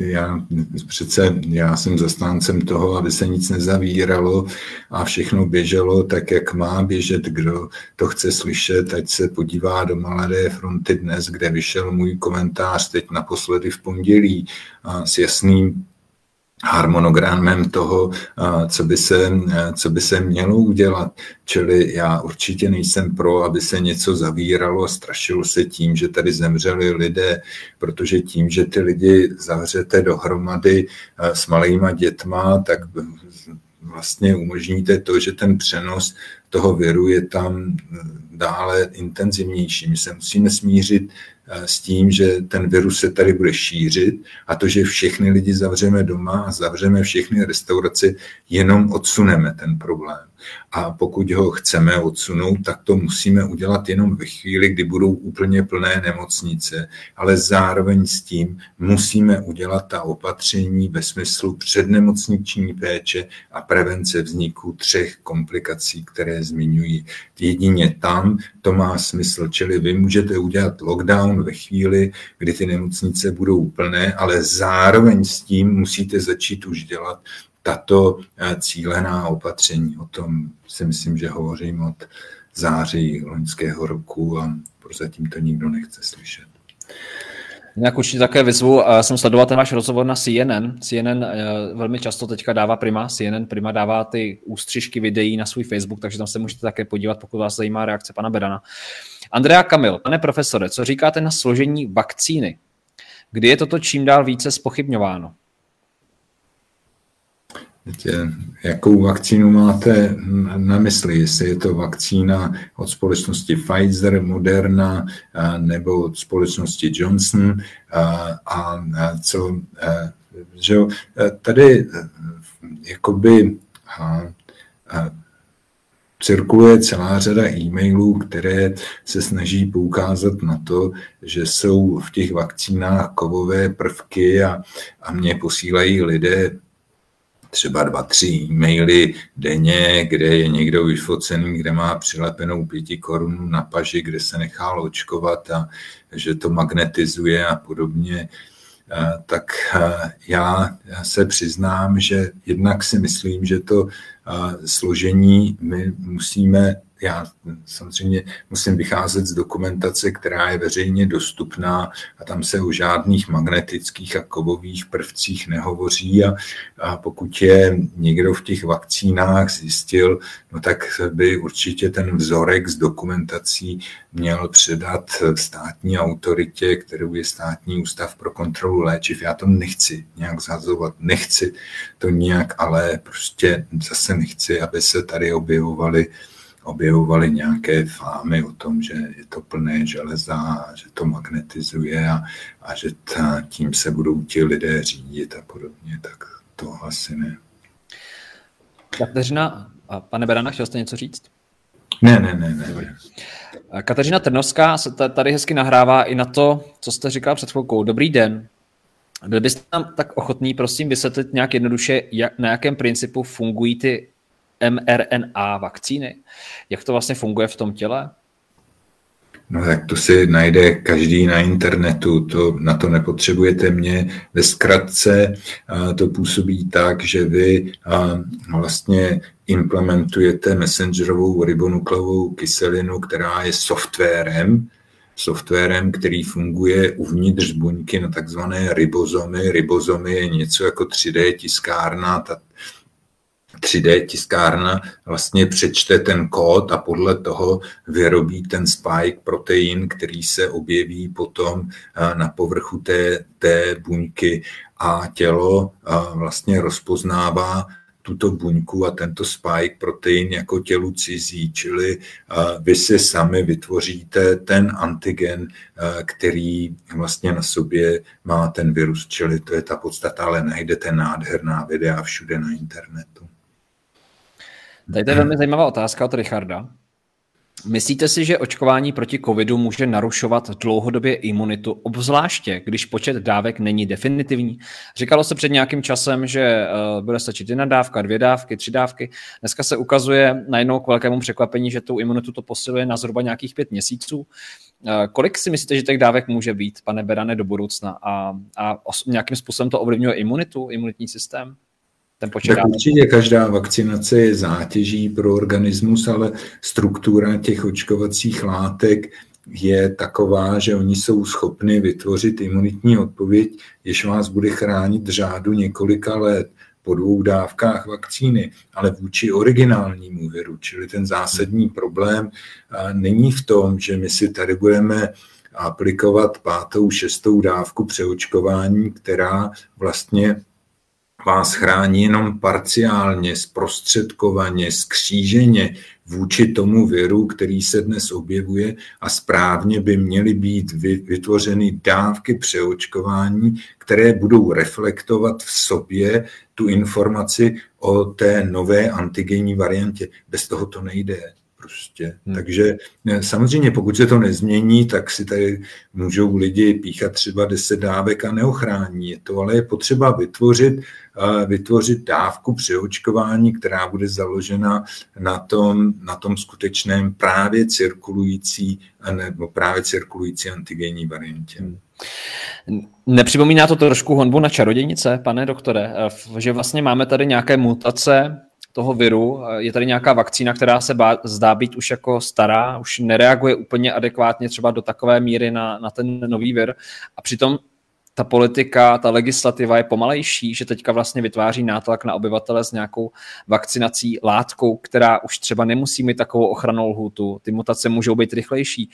já jsem zastáncem toho, aby se nic nezavíralo a všechno běželo tak, jak má běžet. Kdo to chce slyšet, ať se podívá do Mladé fronty dnes, kde vyšel můj komentář teď naposledy v pondělí s jasným harmonogramem toho, co by se mělo udělat. Čili já určitě nejsem pro, aby se něco zavíralo a strašilo se tím, že tady zemřeli lidé, protože tím, že ty lidi zavřete dohromady s malýma dětma, tak vlastně umožníte to, že ten přenos toho viru je tam dále intenzivnější. My se musíme smířit s tím, že ten virus se tady bude šířit a to, že všechny lidi zavřeme doma a zavřeme všechny restaurace, jenom odsuneme ten problém. A pokud ho chceme odsunout, tak to musíme udělat jenom ve chvíli, kdy budou úplně plné nemocnice, ale zároveň s tím musíme udělat ta opatření ve smyslu přednemocniční péče a prevence vzniku 3 komplikací, které zmiňují. Jedině tam to má smysl, čili vy můžete udělat lockdown ve chvíli, kdy ty nemocnice budou plné, ale zároveň s tím musíte začít už dělat tato cílená opatření. O tom si myslím, že hovořím od září loňského roku a prozatím to nikdo nechce slyšet. Jak určitě také vyzvu, jsem sledoval ten váš rozhovor na CNN. CNN velmi často teďka dává Prima. CNN Prima dává ty ústřižky videí na svůj Facebook, takže tam se můžete také podívat, pokud vás zajímá reakce pana Berana. Andrea Kamil, pane profesore, co říkáte na složení vakcíny? Kdy je toto čím dál více zpochybňováno? Jakou vakcínu máte na mysli? Jestli je to vakcína od společnosti Pfizer, Moderna nebo od společnosti Johnson a co, že tady jakoby cirkuluje celá řada e-mailů, které se snaží poukázat na to, že jsou v těch vakcínách kovové prvky a mě posílají lidé třeba 2-3 e-maily denně, kde je někdo vyfocený, kde má přilepenou 5 korun na paži, kde se nechal očkovat a že to magnetizuje a podobně. Tak já se přiznám, že jednak si myslím, že to složení my musíme, já samozřejmě musím vycházet z dokumentace, která je veřejně dostupná a tam se o žádných magnetických a kovových prvcích nehovoří a pokud je někdo v těch vakcínách zjistil, no tak by určitě ten vzorek z dokumentací měl předat státní autoritě, kterou je Státní ústav pro kontrolu léčiv. Já to nechci nějak zhazovat, nechci to nějak, ale prostě zase nechci, aby se tady objevovaly objevovaly nějaké fámy o tom, že je to plné železa, že to magnetizuje a že tím se budou ti lidé řídit a podobně, tak to asi ne. Kateřina, pane Berana, chtěl jste něco říct? Ne. Kateřina Trnovská se tady hezky nahrává i na to, co jste říkal před chvilkou. Dobrý den. Byl byste nám tak ochotný, prosím, vysvětlit nějak jednoduše, na jakém principu fungují ty mRNA vakcíny? Jak to vlastně funguje v tom těle? No tak to si najde každý na internetu, na to nepotřebujete mě. Ve zkratce to působí tak, že vy vlastně implementujete messengerovou ribonukleovou kyselinu, která je softwarem, který funguje uvnitř buňky na takzvané ribozomy. Ribozomy je něco jako 3D tiskárna. Ta 3D tiskárna vlastně přečte ten kód a podle toho vyrobí ten spike protein, který se objeví potom na povrchu té buňky a tělo vlastně rozpoznává tuto buňku a tento spike protein jako tělu cizí, čili vy si sami vytvoříte ten antigen, který vlastně na sobě má ten virus, čili to je ta podstata, ale najdete nádherná videa všude na internetu. Tady to je velmi zajímavá otázka od Richarda. Myslíte si, že očkování proti covidu může narušovat dlouhodobě imunitu, obzvláště když počet dávek není definitivní? Říkalo se před nějakým časem, že bude stačit 1 dávka, 2 dávky, 3 dávky. Dneska se ukazuje najednou k velkému překvapení, že tou imunitu to posiluje na zhruba nějakých 5 měsíců. Kolik si myslíte, že těch dávek může být, pane Berane, do budoucna? A nějakým způsobem to ovlivňuje imunitní systém? Tak určitě každá vakcinace je zátěží pro organismus, ale struktura těch očkovacích látek je taková, že oni jsou schopni vytvořit imunitní odpověď, jež vás bude chránit řádu několika let po 2 dávkách vakcíny, ale vůči originálnímu viru. Čili ten zásadní problém není v tom, že my si tady budeme aplikovat 5., 6. dávku přeočkování, která vlastně vás chrání jenom parciálně, zprostředkovaně, skříženě vůči tomu viru, který se dnes objevuje a správně by měly být vytvořeny dávky přeočkování, které budou reflektovat v sobě tu informaci o té nové antigenní variantě. Bez toho to nejde. Prostě. Takže samozřejmě, pokud se to nezmění, tak si tady můžou lidi píchat třeba 10 dávek a neochrání to, ale je potřeba vytvořit dávku přeočkování, která bude založena na tom skutečném právě cirkulující antigenní variantě. Nepřipomíná to trošku honbu na čarodějnice, pane doktore, že vlastně máme tady nějaké mutace toho viru, je tady nějaká vakcína, která se zdá být už jako stará, už nereaguje úplně adekvátně třeba do takové míry na ten nový vir a přitom ta politika, ta legislativa je pomalejší, že teďka vlastně vytváří nátlak na obyvatele s nějakou vakcinací látkou, která už třeba nemusí mít takovou ochrannou lhůtu, ty mutace můžou být rychlejší.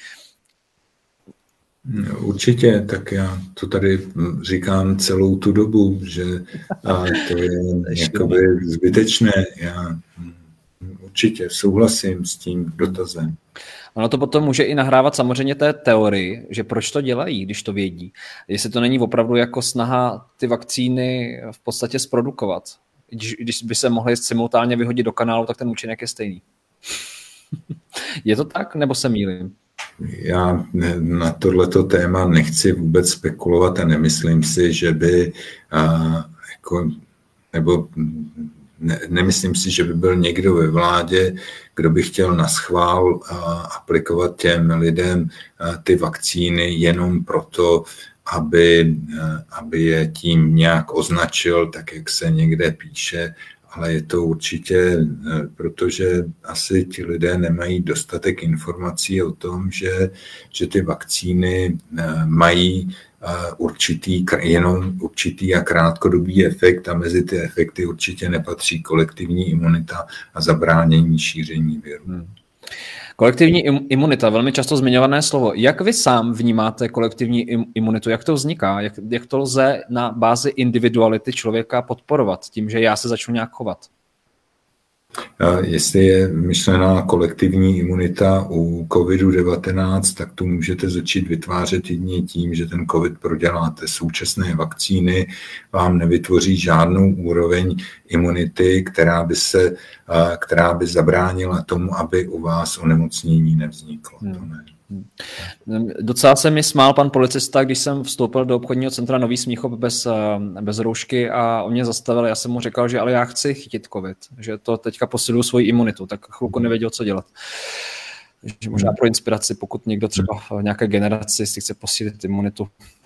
Určitě, tak já to tady říkám celou tu dobu, že to je jakoby zbytečné. Já určitě souhlasím s tím dotazem. Ono to potom může i nahrávat samozřejmě té teorii, že proč to dělají, když to vědí. Jestli to není opravdu jako snaha ty vakcíny v podstatě zprodukovat. Když by se mohly simultánně vyhodit do kanálu, tak ten účinek je stejný. Je to tak, nebo se mýlím? Já na tohleto téma nechci vůbec spekulovat a nemyslím si, že by nemyslím si, že by byl někdo ve vládě, kdo by chtěl naschvál aplikovat těm lidem ty vakcíny jenom proto, aby je tím nějak označil, tak jak se někde píše, ale je to určitě, protože asi ti lidé nemají dostatek informací o tom, že ty vakcíny mají jenom určitý a krátkodobý efekt a mezi ty efekty určitě nepatří kolektivní imunita a zabránění šíření viru. Kolektivní imunita, velmi často zmiňované slovo. Jak vy sám vnímáte kolektivní imunitu? Jak to vzniká? Jak to lze na bázi individuality člověka podporovat tím, že já se začnu nějak chovat? Jestli je myšlená kolektivní imunita u COVID-19, tak tu můžete začít vytvářet jedině tím, že ten COVID proděláte. Současné vakcíny vám nevytvoří žádnou úroveň imunity, která by zabránila tomu, aby u vás onemocnění nevzniklo. To ne. Docela se mi smál pan policista, když jsem vstoupil do obchodního centra Nový Smíchov bez roušky a on mě zastavil. Já jsem mu říkal, že ale já chci chytit covid, že to teďka posiluju svoji imunitu, tak chvilku nevěděl, co dělat. Že možná pro inspiraci, pokud někdo třeba v nějaké generaci si chce posílit imunitu.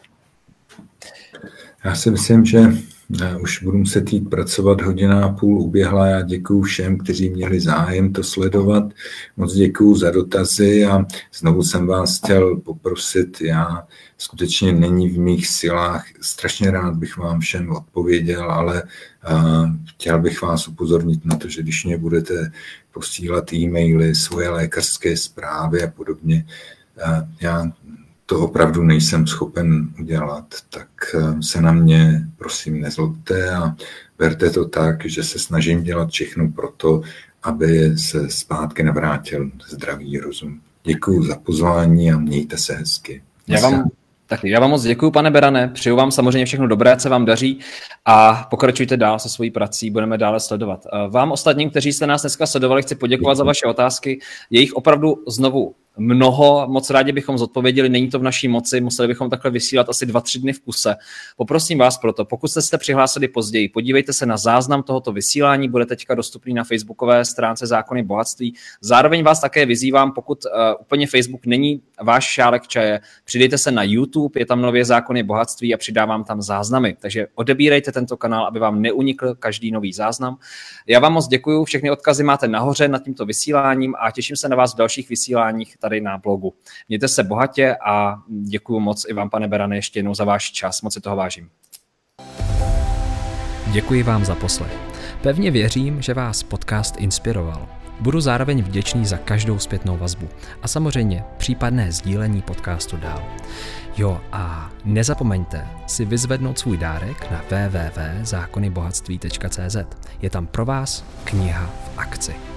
Já si myslím, že už budu muset jít pracovat, 1,5 hodiny uběhla. Já děkuju všem, kteří měli zájem to sledovat. Moc děkuju za dotazy a znovu jsem vás chtěl poprosit, já skutečně není v mých silách, strašně rád bych vám všem odpověděl, ale chtěl bych vás upozornit na to, že když mě budete posílat e-maily, svoje lékařské zprávy a podobně, já to opravdu nejsem schopen udělat, tak se na mě prosím nezlobte a berte to tak, že se snažím dělat všechno pro to, aby se zpátky navrátil zdravý rozum. Děkuju za pozvání a mějte se hezky. Já vám moc děkuju, pane Berane, přeju vám samozřejmě všechno dobré, ať se vám daří a pokračujte dál se svojí prací, budeme dále sledovat. Vám ostatním, kteří jste nás dneska sledovali, chci poděkovat za vaše otázky, je jich opravdu znovu mnoho, moc rádi bychom zodpověděli, není to v naší moci, museli bychom takhle vysílat asi 2-3 dny v kuse. Poprosím vás proto, pokud jste se přihlásili později, podívejte se na záznam tohoto vysílání, bude teďka dostupný na facebookové stránce Zákony bohatství. Zároveň vás také vyzývám, pokud úplně Facebook není váš šálek čaje, přidejte se na YouTube, je tam nově Zákony bohatství a přidávám tam záznamy. Takže odebírejte tento kanál, aby vám neunikl každý nový záznam. Já vám moc děkuju, všechny odkazy máte nahoře nad tímto vysíláním a těším se na vás v dalších vysíláních tady na blogu. Mějte se bohatě a děkuju moc i vám, pane Berane, ještě jednou za váš čas. Moc si toho vážím. Děkuji vám za poslech. Pevně věřím, že vás podcast inspiroval. Budu zároveň vděčný za každou zpětnou vazbu a samozřejmě případné sdílení podcastu dál. Jo a nezapomeňte si vyzvednout svůj dárek na www.zákonybohatství.cz. Je tam pro vás kniha v akci.